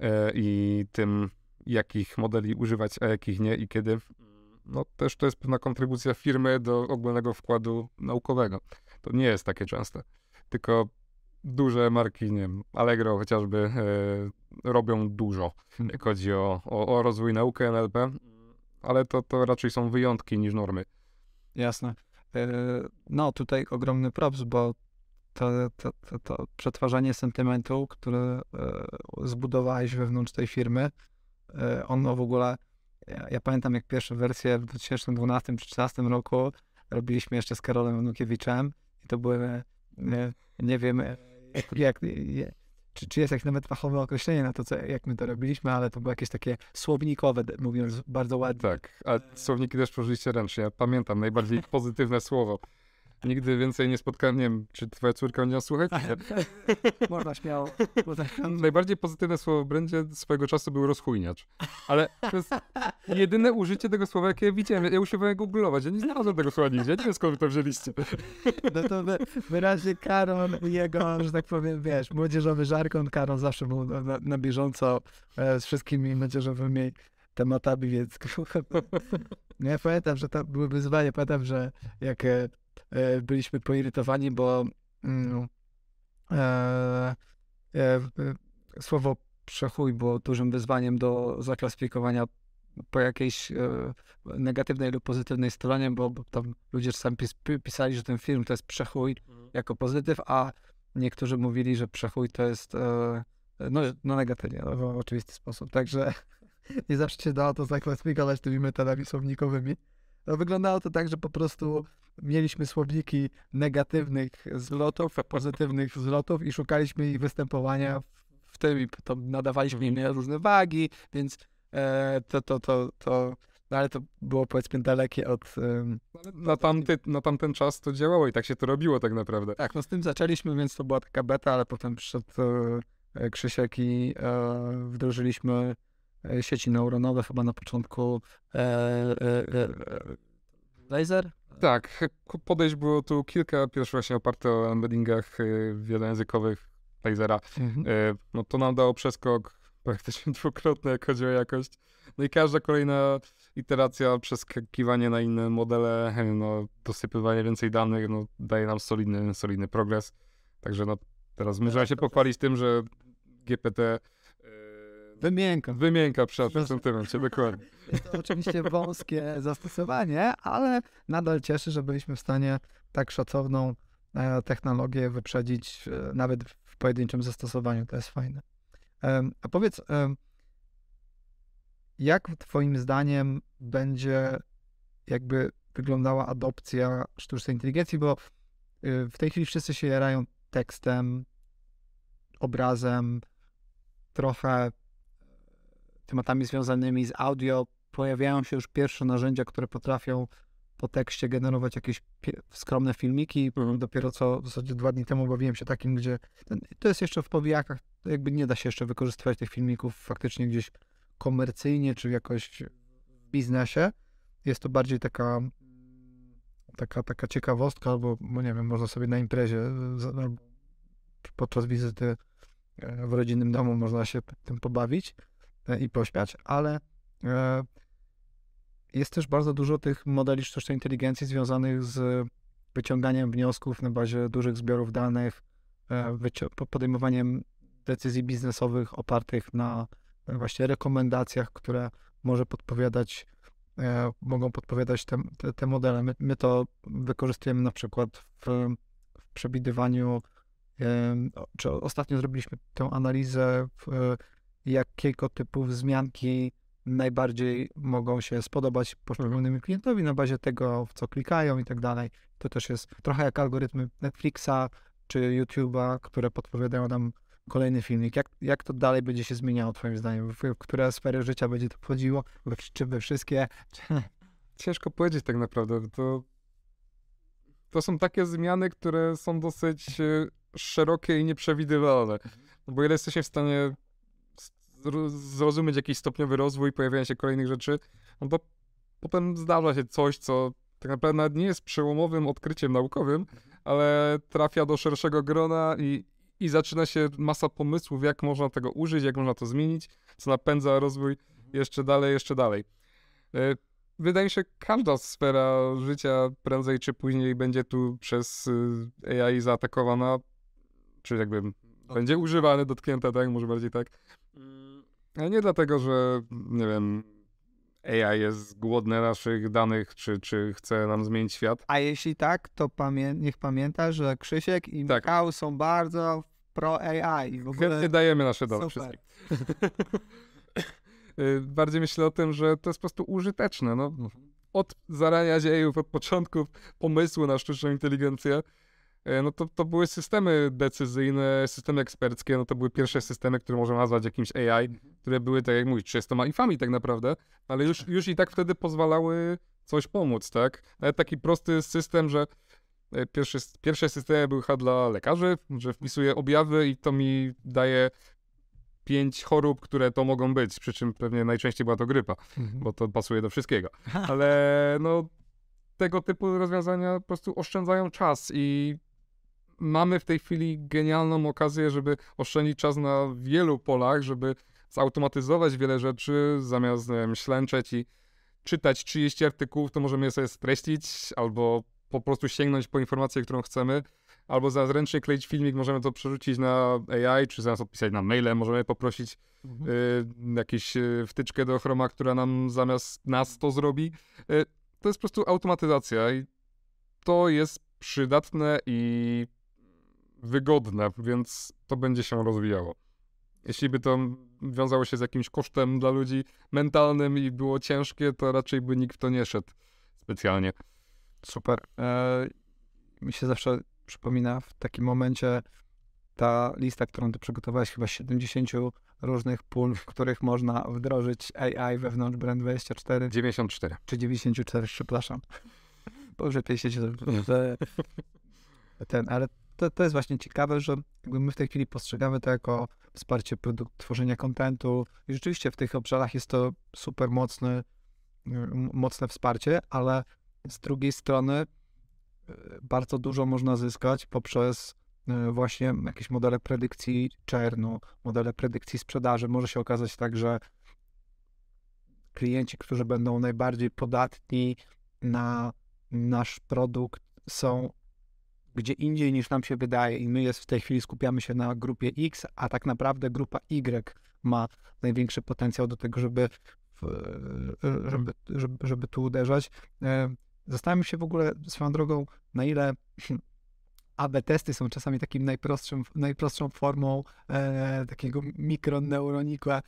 Speaker 2: i tym, jakich modeli używać, a jakich nie i kiedy, no też to jest pewna kontrybucja firmy do ogólnego wkładu naukowego. To nie jest takie częste, tylko duże marki, nie wiem, Allegro chociażby robią dużo, jak chodzi o rozwój nauki NLP, ale to raczej są wyjątki niż normy.
Speaker 1: Jasne. No tutaj ogromny props, bo to przetwarzanie sentymentu, które zbudowałeś wewnątrz tej firmy, ono w ogóle, ja pamiętam jak pierwsze wersje w 2012 czy 2013 roku robiliśmy jeszcze z Karolem Wnukiewiczem i to były, nie wiem, czy jest jakieś nawet fachowe określenie na to, jak my to robiliśmy, ale to było jakieś takie słownikowe, mówiąc bardzo ładnie.
Speaker 2: Tak, a słowniki też tworzyliście ręcznie. Ja pamiętam najbardziej pozytywne słowo. Nigdy więcej nie spotkałem, nie wiem, czy twoja córka będzie nas słuchać?
Speaker 1: Można śmiało.
Speaker 2: Najbardziej pozytywne słowo w brandzie swojego czasu był rozchujniacz. Ale to jest jedyne użycie tego słowa, jakie widziałem. Ja usiłowałem googlować, ja nie znalazłem tego słowa nigdzie. Ja nie wiem, skąd wy to wzięliście.
Speaker 1: No to wyraźnie Karol i jego, że tak powiem, wiesz, młodzieżowy żargon. Karol zawsze był na bieżąco z wszystkimi młodzieżowymi tematami, więc nie pamiętam, że to były wyzwania. Pamiętam, że jak byliśmy poirytowani, bo słowo przechuj było dużym wyzwaniem do zaklasyfikowania po jakiejś negatywnej lub pozytywnej stronie, bo tam ludzie czasami pisali, że ten film to jest przechuj jako pozytyw, a niektórzy mówili, że przechuj to jest no negatywnie, w oczywisty sposób. Także nie zawsze się dało to zaklasyfikować tymi metodami słownikowymi. No, wyglądało to tak, że po prostu mieliśmy słowniki negatywnych zwrotów, pozytywnych zwrotów i szukaliśmy ich występowania w tym i to nadawaliśmy im różne wagi, więc no ale to było powiedzmy dalekie od...
Speaker 2: Na tamten czas to działało i tak się to robiło tak naprawdę.
Speaker 1: Tak, no z tym zaczęliśmy, więc to była taka beta, ale potem przyszedł Krzysiek i wdrożyliśmy sieci neuronowe chyba na początku laser?
Speaker 2: Tak, podejść było tu kilka, pierwsze właśnie oparte o embeddingach wielojęzykowych lasera. No to nam dało przeskok praktycznie dwukrotny, jak chodzi o jakość. No i każda kolejna iteracja, przeskakiwanie na inne modele, no dosypywanie więcej danych, no daje nam solidny progres. Także no teraz możemy się pochwalić tym, że GPT wymięka przy tym momencie, dokładnie.
Speaker 1: Jest to oczywiście wąskie zastosowanie, ale nadal cieszy, że byliśmy w stanie tak szacowną technologię wyprzedzić nawet w pojedynczym zastosowaniu. To jest fajne. A powiedz, jak twoim zdaniem będzie jakby wyglądała adopcja sztucznej inteligencji, bo w tej chwili wszyscy się jarają tekstem, obrazem, trochę tematami związanymi z audio. Pojawiają się już pierwsze narzędzia, które potrafią po tekście generować jakieś skromne filmiki. Dopiero co w zasadzie 2 dni temu bawiłem się takim, gdzie to jest jeszcze w powijakach, jakby nie da się jeszcze wykorzystywać tych filmików faktycznie gdzieś komercyjnie, czy jakoś w biznesie. Jest to bardziej taka ciekawostka, albo nie wiem, można sobie na imprezie podczas wizyty w rodzinnym domu można się tym pobawić i pośmiać, ale jest też bardzo dużo tych modeli sztucznej inteligencji związanych z wyciąganiem wniosków na bazie dużych zbiorów danych, podejmowaniem decyzji biznesowych opartych na właśnie rekomendacjach, które mogą podpowiadać te modele. My to wykorzystujemy na przykład w przewidywaniu, czy ostatnio zrobiliśmy tę analizę, jakiego typu wzmianki najbardziej mogą się spodobać poszczególnym klientowi na bazie tego, w co klikają i tak dalej. To też jest trochę jak algorytmy Netflixa czy YouTube'a, które podpowiadają nam kolejny filmik. Jak to dalej będzie się zmieniało twoim zdaniem? W które sfery życia będzie to wchodziło? Czy we wszystkie?
Speaker 2: Ciężko powiedzieć tak naprawdę. To są takie zmiany, które są dosyć szerokie i nieprzewidywalne. No bo ile jesteśmy w stanie zrozumieć jakiś stopniowy rozwój, pojawiania się kolejnych rzeczy, no to potem zdarza się coś, co tak naprawdę nawet nie jest przełomowym odkryciem naukowym, ale trafia do szerszego grona i zaczyna się masa pomysłów, jak można tego użyć, jak można to zmienić, co napędza rozwój jeszcze dalej. Wydaje mi się, że każda sfera życia prędzej czy później będzie tu przez AI zaatakowana, czy jakby będzie używany, dotknięta, tak, może bardziej tak. Ale nie dlatego, że, nie wiem, AI jest głodne naszych danych, czy chce nam zmienić świat.
Speaker 1: A jeśli tak, to niech pamięta, że Krzysiek i Michał są bardzo pro AI.
Speaker 2: Chętnie dajemy nasze dane wszystkim. Bardziej myślę o tym, że to jest po prostu użyteczne. No. Od zarania dziejów, od początków pomysłu na sztuczną inteligencję, no to były systemy decyzyjne, systemy eksperckie, no to były pierwsze systemy, które można nazwać jakimś AI, które były, tak jak mówisz, 30 ifami tak naprawdę, ale już i tak wtedy pozwalały coś pomóc, tak? Nawet taki prosty system, że Pierwsze systemy były chyba dla lekarzy, że wpisuję objawy i to mi daje 5 chorób, które to mogą być, przy czym pewnie najczęściej była to grypa, bo to pasuje do wszystkiego. Ale no, tego typu rozwiązania po prostu oszczędzają czas i mamy w tej chwili genialną okazję, żeby oszczędzić czas na wielu polach, żeby zautomatyzować wiele rzeczy, zamiast, nie wiem, ślęczeć i czytać 30 artykułów, to możemy je sobie streścić, albo po prostu sięgnąć po informację, którą chcemy, albo zamiast ręcznie kleić filmik, możemy to przerzucić na AI, czy zamiast odpisać na maile, możemy poprosić jakąś wtyczkę do Chroma, która nam zamiast nas to zrobi. To jest po prostu automatyzacja i to jest przydatne i wygodne, więc to będzie się rozwijało. Jeśli by to wiązało się z jakimś kosztem dla ludzi mentalnym i było ciężkie, to raczej by nikt w to nie szedł specjalnie.
Speaker 1: Super. Mi się zawsze przypomina w takim momencie ta lista, którą ty przygotowałeś, chyba 70 różnych pól, w których można wdrożyć AI wewnątrz Brand24.
Speaker 2: 94.
Speaker 1: Czy 94, przepraszam. Boże, 50, ale to jest właśnie ciekawe, że jakby my w tej chwili postrzegamy to jako wsparcie tworzenia kontentu i rzeczywiście w tych obszarach jest to super mocne wsparcie, ale z drugiej strony bardzo dużo można zyskać poprzez właśnie jakieś modele predykcji churnu, modele predykcji sprzedaży. Może się okazać tak, że klienci, którzy będą najbardziej podatni na nasz produkt, są gdzie indziej niż nam się wydaje i my w tej chwili skupiamy się na grupie X, a tak naprawdę grupa Y ma największy potencjał do tego, żeby tu uderzać. Zastanawiam się w ogóle swoją drogą, na ile AB testy są czasami takim najprostszą formą takiego mikroneuronika,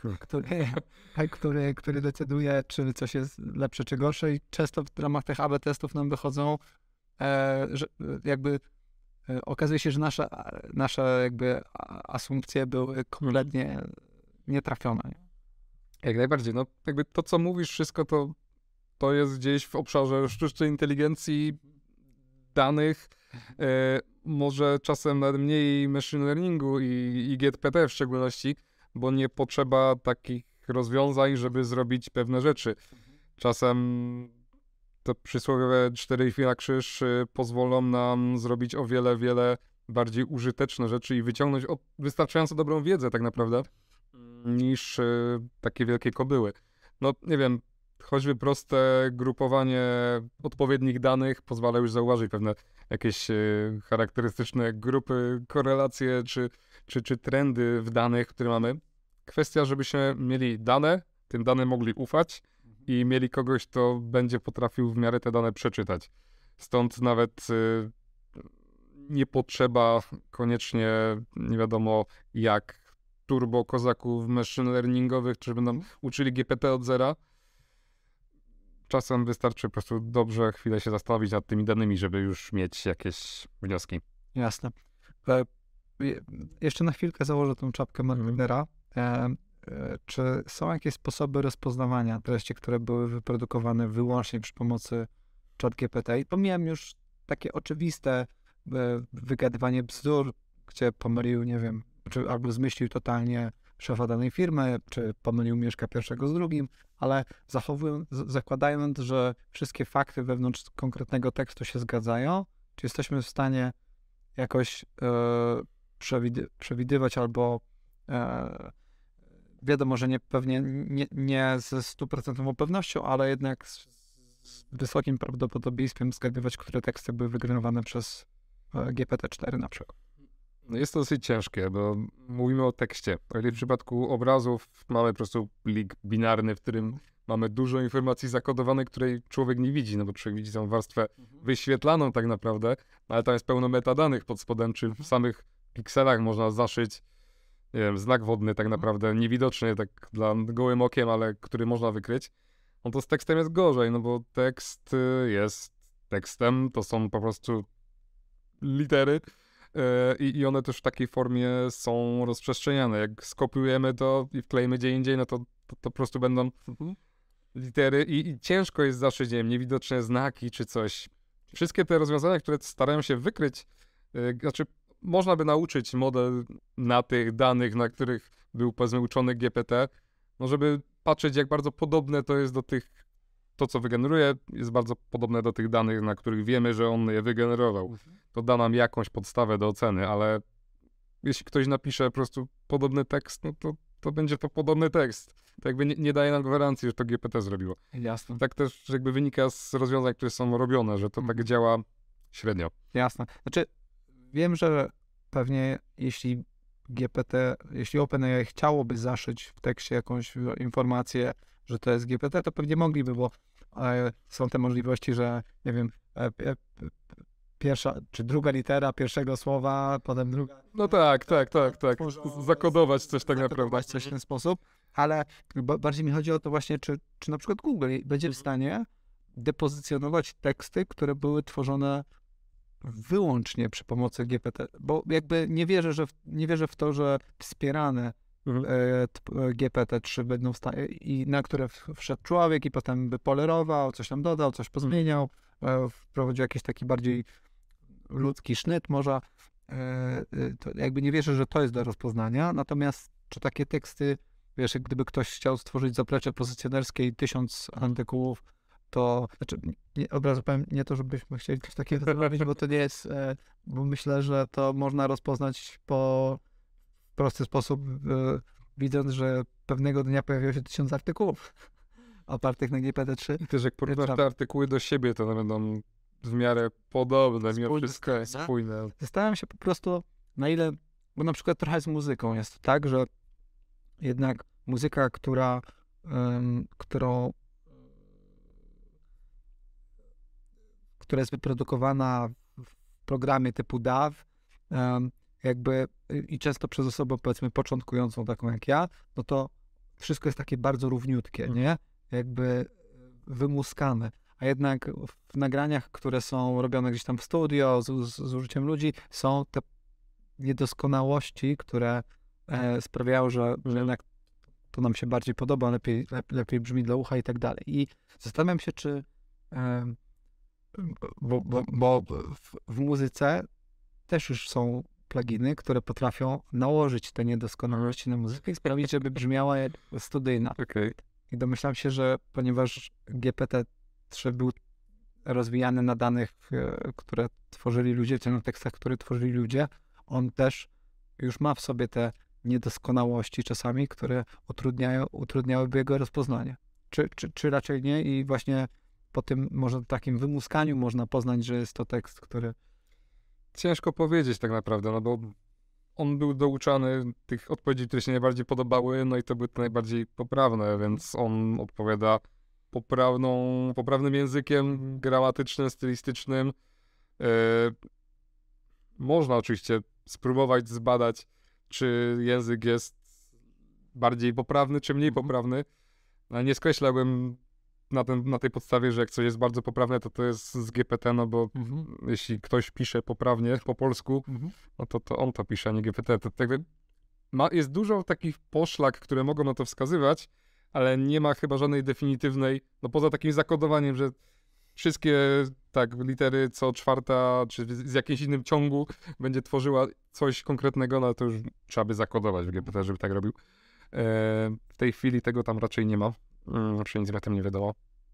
Speaker 1: który decyduje, czy coś jest lepsze, czy gorsze i często w ramach tych AB testów nam wychodzą, że jakby okazuje się, że nasze jakby asumpcje były kompletnie nietrafione.
Speaker 2: Jak najbardziej. No jakby to, co mówisz, wszystko to jest gdzieś w obszarze sztucznej inteligencji, danych, może czasem nawet mniej machine learningu i GPT w szczególności, bo nie potrzeba takich rozwiązań, żeby zrobić pewne rzeczy. Czasem te przysłowiowe 4 na krzyż pozwolą nam zrobić o wiele, wiele bardziej użyteczne rzeczy i wyciągnąć wystarczająco dobrą wiedzę tak naprawdę, niż takie wielkie kobyły. No nie wiem, choćby proste grupowanie odpowiednich danych pozwala już zauważyć pewne jakieś charakterystyczne grupy, korelacje czy trendy w danych, które mamy. Kwestia, żebyśmy mieli dane, tym danym mogli ufać i mieli kogoś, kto będzie potrafił w miarę te dane przeczytać. Stąd nawet nie potrzeba koniecznie, nie wiadomo jak, turbo kozaków machine learningowych, którzy będą uczyli GPT od zera. Czasem wystarczy po prostu dobrze chwilę się zastanowić nad tymi danymi, żeby już mieć jakieś wnioski.
Speaker 1: Jasne. Jeszcze na chwilkę założę tą czapkę marketera. Czy są jakieś sposoby rozpoznawania treści, które były wyprodukowane wyłącznie przy pomocy ChatGPT? I pomijam już takie oczywiste wygadywanie bzdur, gdzie pomylił, nie wiem, czy albo zmyślił totalnie szefa danej firmy, czy pomylił Mieszka pierwszego z drugim, ale zakładając, że wszystkie fakty wewnątrz konkretnego tekstu się zgadzają, czy jesteśmy w stanie jakoś przewidywać albo wiadomo, że pewnie nie ze 100% pewnością, ale jednak z wysokim prawdopodobieństwem zgadywać, które teksty były wygenerowane przez GPT-4 na przykład.
Speaker 2: No jest to dosyć ciężkie, bo mówimy o tekście. O ile w przypadku obrazów mamy po prostu plik binarny, w którym mamy dużo informacji zakodowanych, której człowiek nie widzi, no bo człowiek widzi tą warstwę wyświetlaną tak naprawdę, ale tam jest pełno metadanych pod spodem, czy w samych pikselach można zaszyć, nie wiem, znak wodny tak naprawdę, niewidoczny tak dla gołym okiem, ale który można wykryć. No to z tekstem jest gorzej, no bo tekst jest tekstem, to są po prostu litery, i one też w takiej formie są rozprzestrzeniane. Jak skopiujemy to i wklejemy gdzie indziej, no to po prostu będą litery i ciężko jest zaszyć, nie wiem, niewidoczne znaki czy coś. Wszystkie te rozwiązania, które starają się wykryć, znaczy można by nauczyć model na tych danych, na których był powiedzmy uczony GPT, no żeby patrzeć, jak bardzo podobne to jest do to co wygeneruje, jest bardzo podobne do tych danych, na których wiemy, że on je wygenerował. To da nam jakąś podstawę do oceny, ale jeśli ktoś napisze po prostu podobny tekst, no to będzie to podobny tekst. To jakby nie daje nam gwarancji, że to GPT zrobiło.
Speaker 1: Jasne.
Speaker 2: Tak też jakby wynika z rozwiązań, które są robione, że to tak działa średnio.
Speaker 1: Jasne. Znaczy, wiem, że pewnie jeśli OpenAI chciałoby zaszyć w tekście jakąś informację, że to jest GPT, to pewnie mogliby, bo są te możliwości, że nie wiem, pierwsza czy druga litera pierwszego słowa, potem druga.
Speaker 2: No tak. Zakodować coś tak naprawdę.
Speaker 1: Coś w ten sposób, ale bardziej mi chodzi o to właśnie, czy na przykład Google będzie w stanie depozycjonować teksty, które były tworzone wyłącznie przy pomocy GPT, bo jakby nie wierzę w to, że wspierane GPT-3 będą w stanie, i na które wszedł człowiek i potem by polerował, coś tam dodał, coś pozmieniał, wprowadził jakiś taki bardziej ludzki sznyt może, to jakby nie wierzę, że to jest do rozpoznania, natomiast czy takie teksty, wiesz, jak gdyby ktoś chciał stworzyć zaplecze pozycjonerskie i 1000 artykułów, to, znaczy, od razu powiem, nie to, żebyśmy chcieli coś takiego zrobić, bo to nie jest, bo myślę, że to można rozpoznać po prosty sposób, widząc, że pewnego dnia pojawiło się 1000 artykułów opartych na GPT-3.
Speaker 2: I też jak porównasz te artykuły do siebie, to one będą w miarę podobne, mimo wszystko spójne.
Speaker 1: Zastanawiam się po prostu, na ile, bo na przykład trochę z muzyką jest tak, że jednak muzyka, która jest wyprodukowana w programie typu DAW, jakby i często przez osobę, powiedzmy, początkującą, taką jak ja, no to wszystko jest takie bardzo równiutkie, nie? Jakby wymuskane. A jednak w nagraniach, które są robione gdzieś tam w studio z użyciem ludzi, są te niedoskonałości, które sprawiają, że jednak to nam się bardziej podoba, lepiej brzmi dla ucha i tak dalej. I zastanawiam się, czy bo w muzyce też już są pluginy, które potrafią nałożyć te niedoskonałości na muzykę i sprawić, żeby brzmiała jak studyjna.
Speaker 2: Okay.
Speaker 1: I domyślam się, że ponieważ GPT-3 był rozwijany na danych, które tworzyli ludzie, czy na tekstach, które tworzyli ludzie, on też już ma w sobie te niedoskonałości czasami, które utrudniałyby jego rozpoznanie. Czy raczej nie? I właśnie po tym może takim wymuskaniu można poznać, że jest to tekst, który...
Speaker 2: Ciężko powiedzieć tak naprawdę, no bo on był douczany tych odpowiedzi, które się najbardziej podobały, no i to były te najbardziej poprawne, więc on odpowiada poprawnym językiem gramatycznym, stylistycznym. Można oczywiście spróbować zbadać, czy język jest bardziej poprawny, czy mniej poprawny, ale nie skreślałbym na tej podstawie, że jak coś jest bardzo poprawne, to jest z GPT, no bo jeśli ktoś pisze poprawnie po polsku, no to on to pisze, a nie GPT. To jakby jest dużo takich poszlak, które mogą na to wskazywać, ale nie ma chyba żadnej definitywnej, no poza takim zakodowaniem, że wszystkie litery co czwarta, czy z jakimś innym ciągu będzie tworzyła coś konkretnego, no to już trzeba by zakodować w GPT, żeby tak robił. W tej chwili tego tam raczej nie ma. Znaczy nic mi o tym nie wiadomo.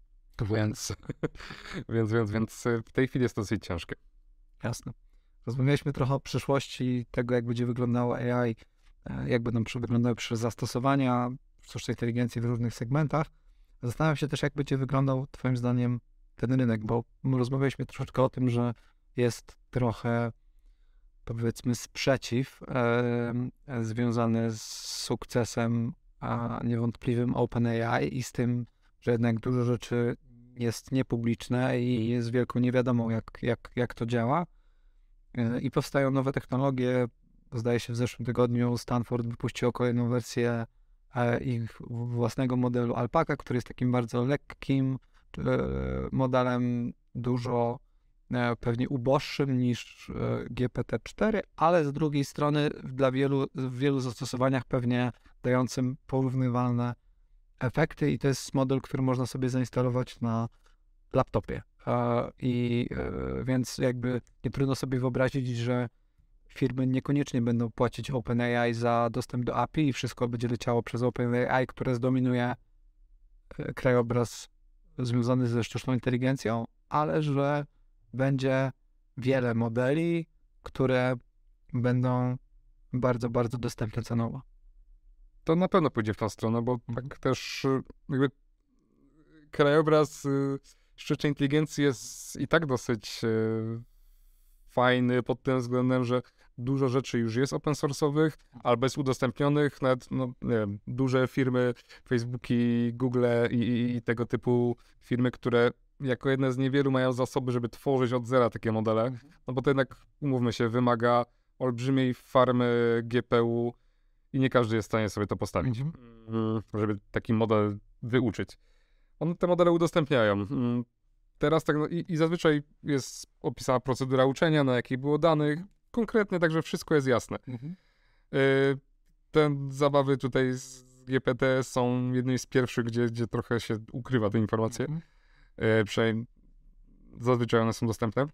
Speaker 2: Więc w tej chwili jest to dosyć ciężkie.
Speaker 1: Jasne. Rozmawialiśmy trochę o przyszłości tego, jak będzie wyglądało AI, jak będą wyglądały zastosowania sztucznej inteligencji w różnych segmentach. Zastanawiam się też, jak będzie wyglądał twoim zdaniem ten rynek, bo my rozmawialiśmy troszeczkę o tym, że jest trochę, powiedzmy, sprzeciw związany z sukcesem niewątpliwym OpenAI i z tym, że jednak dużo rzeczy jest niepubliczne i jest wielką niewiadomą, jak to działa. I powstają nowe technologie. Zdaje się, w zeszłym tygodniu Stanford wypuścił kolejną wersję ich własnego modelu Alpaca, który jest takim bardzo lekkim modelem, dużo pewnie uboższym niż GPT-4, ale z drugiej strony w wielu zastosowaniach pewnie dającym porównywalne efekty i to jest model, który można sobie zainstalować na laptopie. Więc jakby nie trudno sobie wyobrazić, że firmy niekoniecznie będą płacić OpenAI za dostęp do API i wszystko będzie leciało przez OpenAI, które zdominuje krajobraz związany ze sztuczną inteligencją, ale że będzie wiele modeli, które będą bardzo, bardzo dostępne cenowo.
Speaker 2: To na pewno pójdzie w tą stronę, bo tak też jakby krajobraz sztucznej inteligencji jest i tak dosyć fajny pod tym względem, że dużo rzeczy już jest open source'owych albo jest udostępnionych, nawet no, nie wiem, duże firmy, Facebooki, Google i tego typu firmy, które jako jedne z niewielu mają zasoby, żeby tworzyć od zera takie modele, no bo to jednak, umówmy się, wymaga olbrzymiej farmy GPU i nie każdy jest w stanie sobie to postawić, żeby taki model wyuczyć. One te modele udostępniają. Teraz tak, no, i zazwyczaj jest opisana procedura uczenia, na jakiej było danych, konkretnie, także wszystko jest jasne. Te zabawy tutaj z GPT są jednymi z pierwszych, gdzie trochę się ukrywa te informacje. Przynajmniej zazwyczaj one są dostępne.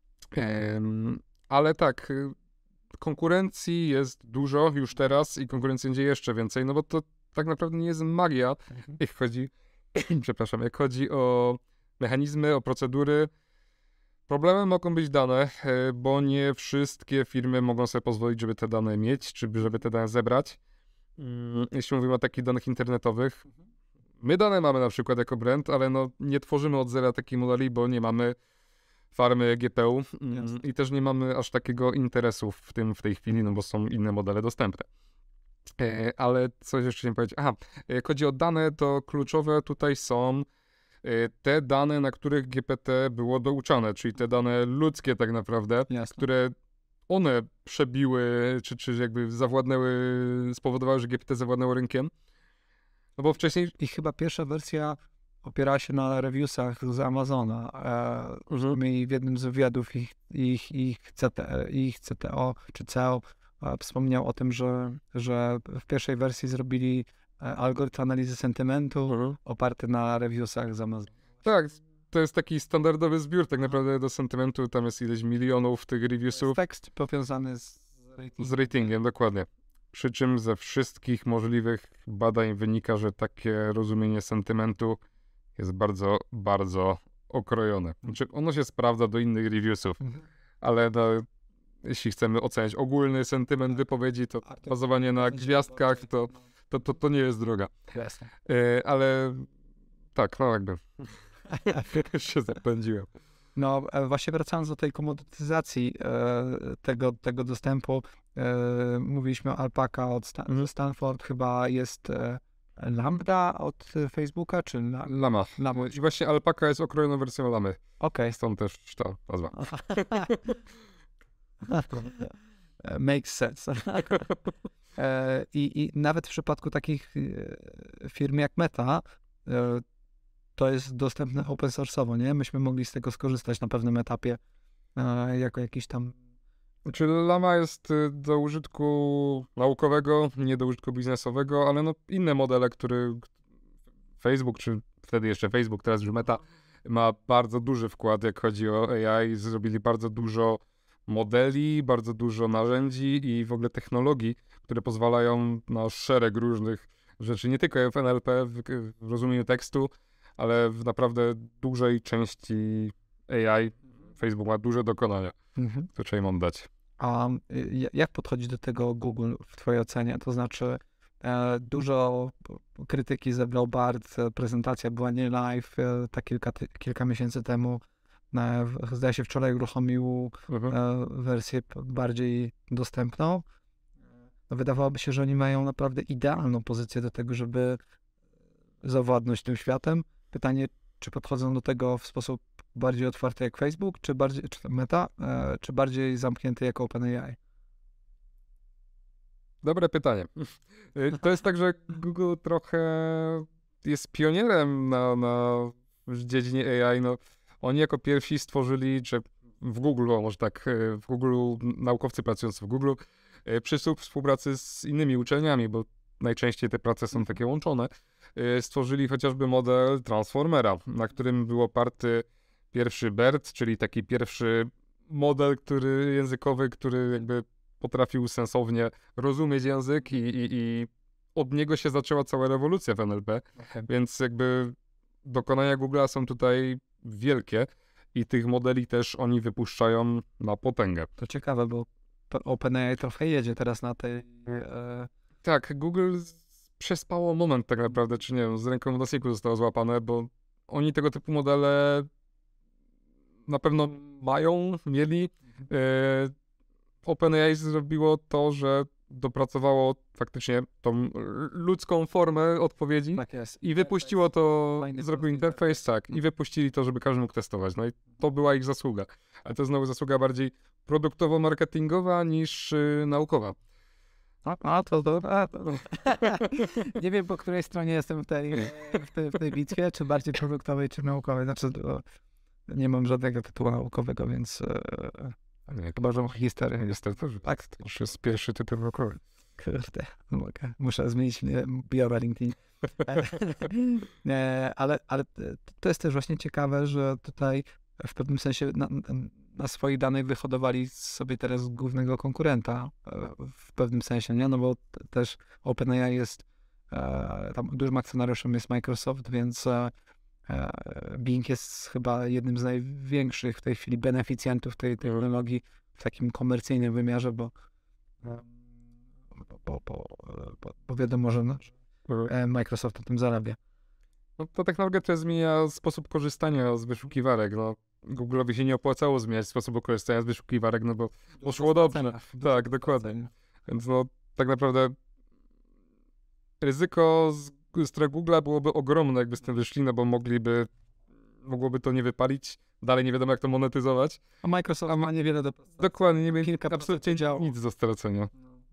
Speaker 2: Ale tak, konkurencji jest dużo już teraz i konkurencji będzie jeszcze więcej, no bo to tak naprawdę nie jest magia, jak chodzi, przepraszam, jak chodzi o mechanizmy, o procedury. Problemem mogą być dane, bo nie wszystkie firmy mogą sobie pozwolić, żeby te dane mieć, czy żeby te dane zebrać. Jeśli mówimy o takich danych internetowych. My dane mamy na przykład jako brand, ale no nie tworzymy od zera takich modeli, bo nie mamy farmy GPU i też nie mamy aż takiego interesu w tej chwili, no bo są inne modele dostępne. Ale coś jeszcze chciałem powiedzieć. Aha, jak chodzi o dane, to kluczowe tutaj są te dane, na których GPT było douczane, czyli te dane ludzkie tak naprawdę, które one przebiły, czy jakby spowodowały, że GPT zawładnęło rynkiem. No bo wcześniej...
Speaker 1: I chyba pierwsza wersja opierała się na reviewsach z Amazona. I w jednym z wywiadów ich CTO czy CEO wspomniał o tym, że w pierwszej wersji zrobili algorytm analizy sentymentu oparty na reviewsach z Amazona.
Speaker 2: Tak, to jest taki standardowy zbiór tak naprawdę do sentymentu, tam jest ileś milionów tych reviewsów.
Speaker 1: Tekst powiązany
Speaker 2: z ratingiem, dokładnie. Przy czym ze wszystkich możliwych badań wynika, że takie rozumienie sentymentu jest bardzo, bardzo okrojone. Znaczy, ono się sprawdza do innych reviewsów, ale no, jeśli chcemy oceniać ogólny sentyment wypowiedzi, to bazowanie na gwiazdkach, to nie jest droga. Ale tak, no jakby się zapędziłem.
Speaker 1: No właśnie wracając do tej komodytyzacji tego dostępu, mówiliśmy o Alpaca od Stanford, chyba jest Lambda od Facebooka, czy
Speaker 2: Lama. I właśnie Alpaca jest okrojoną wersją Lamy.
Speaker 1: Okej.
Speaker 2: Stąd też ta nazwa.
Speaker 1: Makes sense. I nawet w przypadku takich firm jak Meta, to jest dostępne open source'owo, nie? Myśmy mogli z tego skorzystać na pewnym etapie jako jakiś tam...
Speaker 2: Czyli Lama jest do użytku naukowego, nie do użytku biznesowego, ale no inne modele, które Facebook, czy wtedy jeszcze Facebook, teraz już Meta, ma bardzo duży wkład, jak chodzi o AI. Zrobili bardzo dużo modeli, bardzo dużo narzędzi i w ogóle technologii, które pozwalają na szereg różnych rzeczy, nie tylko w NLP, w rozumieniu tekstu, ale w naprawdę dużej części AI Facebook ma duże dokonania, które trzeba im oddać.
Speaker 1: A jak podchodzi do tego Google w twojej ocenie? To znaczy dużo krytyki zebrał Bard, prezentacja była nie live, tak kilka miesięcy temu. Zdaje się wczoraj uruchomił wersję bardziej dostępną. Wydawałoby się, że oni mają naprawdę idealną pozycję do tego, żeby zawładnąć tym światem. Pytanie, czy podchodzą do tego w sposób bardziej otwarty jak Facebook, czy Meta, czy bardziej zamknięty jak OpenAI?
Speaker 2: Dobre pytanie. To jest tak, że Google trochę jest pionierem w dziedzinie AI. No, oni jako pierwsi stworzyli, czy w Google, może tak, w Google, naukowcy pracujący w Google, przysług współpracy z innymi uczelniami, bo najczęściej te prace są takie łączone, stworzyli chociażby model Transformera, na którym był oparty pierwszy BERT, czyli taki pierwszy model językowy, który jakby potrafił sensownie rozumieć język i od niego się zaczęła cała rewolucja w NLP, więc jakby dokonania Google'a są tutaj wielkie i tych modeli też oni wypuszczają na potęgę.
Speaker 1: To ciekawe, bo OpenAI trochę jedzie teraz na tej...
Speaker 2: Tak, Google przespało moment tak naprawdę, czy nie wiem, z ręką w nosiku zostało złapane, bo oni tego typu modele na pewno mieli. OpenAI zrobiło to, że dopracowało faktycznie tą ludzką formę odpowiedzi
Speaker 1: Tak jest.
Speaker 2: i wypuściło to,
Speaker 1: Fajny
Speaker 2: zrobił
Speaker 1: prosty
Speaker 2: interfejs, tak, i wypuścili to, żeby każdy mógł testować. No i to była ich zasługa. Ale to znowu zasługa bardziej produktowo-marketingowa niż naukowa.
Speaker 1: Nie wiem, po której stronie jestem w tej bitwie, czy bardziej produktowej, czy naukowej. Znaczy, nie mam żadnego tytułu naukowego, więc chyba, że mam historię.
Speaker 2: Niestety, że tak, to już jest pierwszy tytuł naukowy.
Speaker 1: Kurde, muszę zmienić bio na LinkedIn. Ale to jest też właśnie ciekawe, że tutaj w pewnym sensie na swoich danych wyhodowali sobie teraz głównego konkurenta w pewnym sensie, nie? No bo też OpenAI jest, tam dużym akcjonariuszem jest Microsoft, więc Bing jest chyba jednym z największych w tej chwili beneficjentów tej technologii w takim komercyjnym wymiarze, bo wiadomo, że Microsoft na tym zarabia.
Speaker 2: No, ta technologia też zmienia sposób korzystania z wyszukiwarek. No, Google'owi się nie opłacało zmieniać sposobu korzystania z wyszukiwarek, no bo poszło dobrze. Tak, dokładnie. Więc no, tak naprawdę ryzyko z strony Google'a byłoby ogromne, jakby z tym wyszli, no bo mogłoby to nie wypalić. Dalej nie wiadomo, jak to monetyzować.
Speaker 1: A Microsoft ma niewiele do...
Speaker 2: Dokładnie, nie będzie
Speaker 1: Kilka
Speaker 2: absolutnie
Speaker 1: działów.
Speaker 2: nic do stracenia.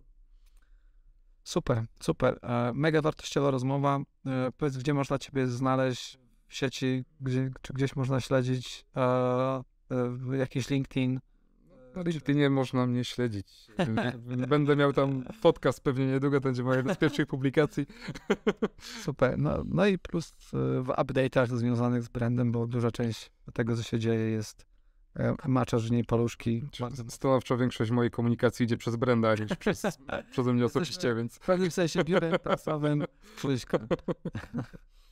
Speaker 1: Super. Mega wartościowa rozmowa. Powiedz, gdzie można ciebie znaleźć w sieci, czy gdzieś można śledzić jakiś LinkedIn?
Speaker 2: Na LinkedInie można mnie śledzić. Będę miał tam podcast pewnie niedługo, to będzie moja jedna z pierwszych publikacji.
Speaker 1: Super. No i plus w update'ach związanych z brandem, bo duża część tego, co się dzieje, jest maczaż i paluszki.
Speaker 2: Stanowczo większość mojej komunikacji idzie przez branda, niż przeze mnie osobiście, więc...
Speaker 1: W pewnym sensie biurem prasowym.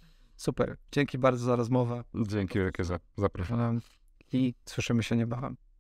Speaker 1: Super. Dzięki bardzo za rozmowę.
Speaker 2: Dzięki wielkie za zaproszenie.
Speaker 1: I słyszymy się niebawem.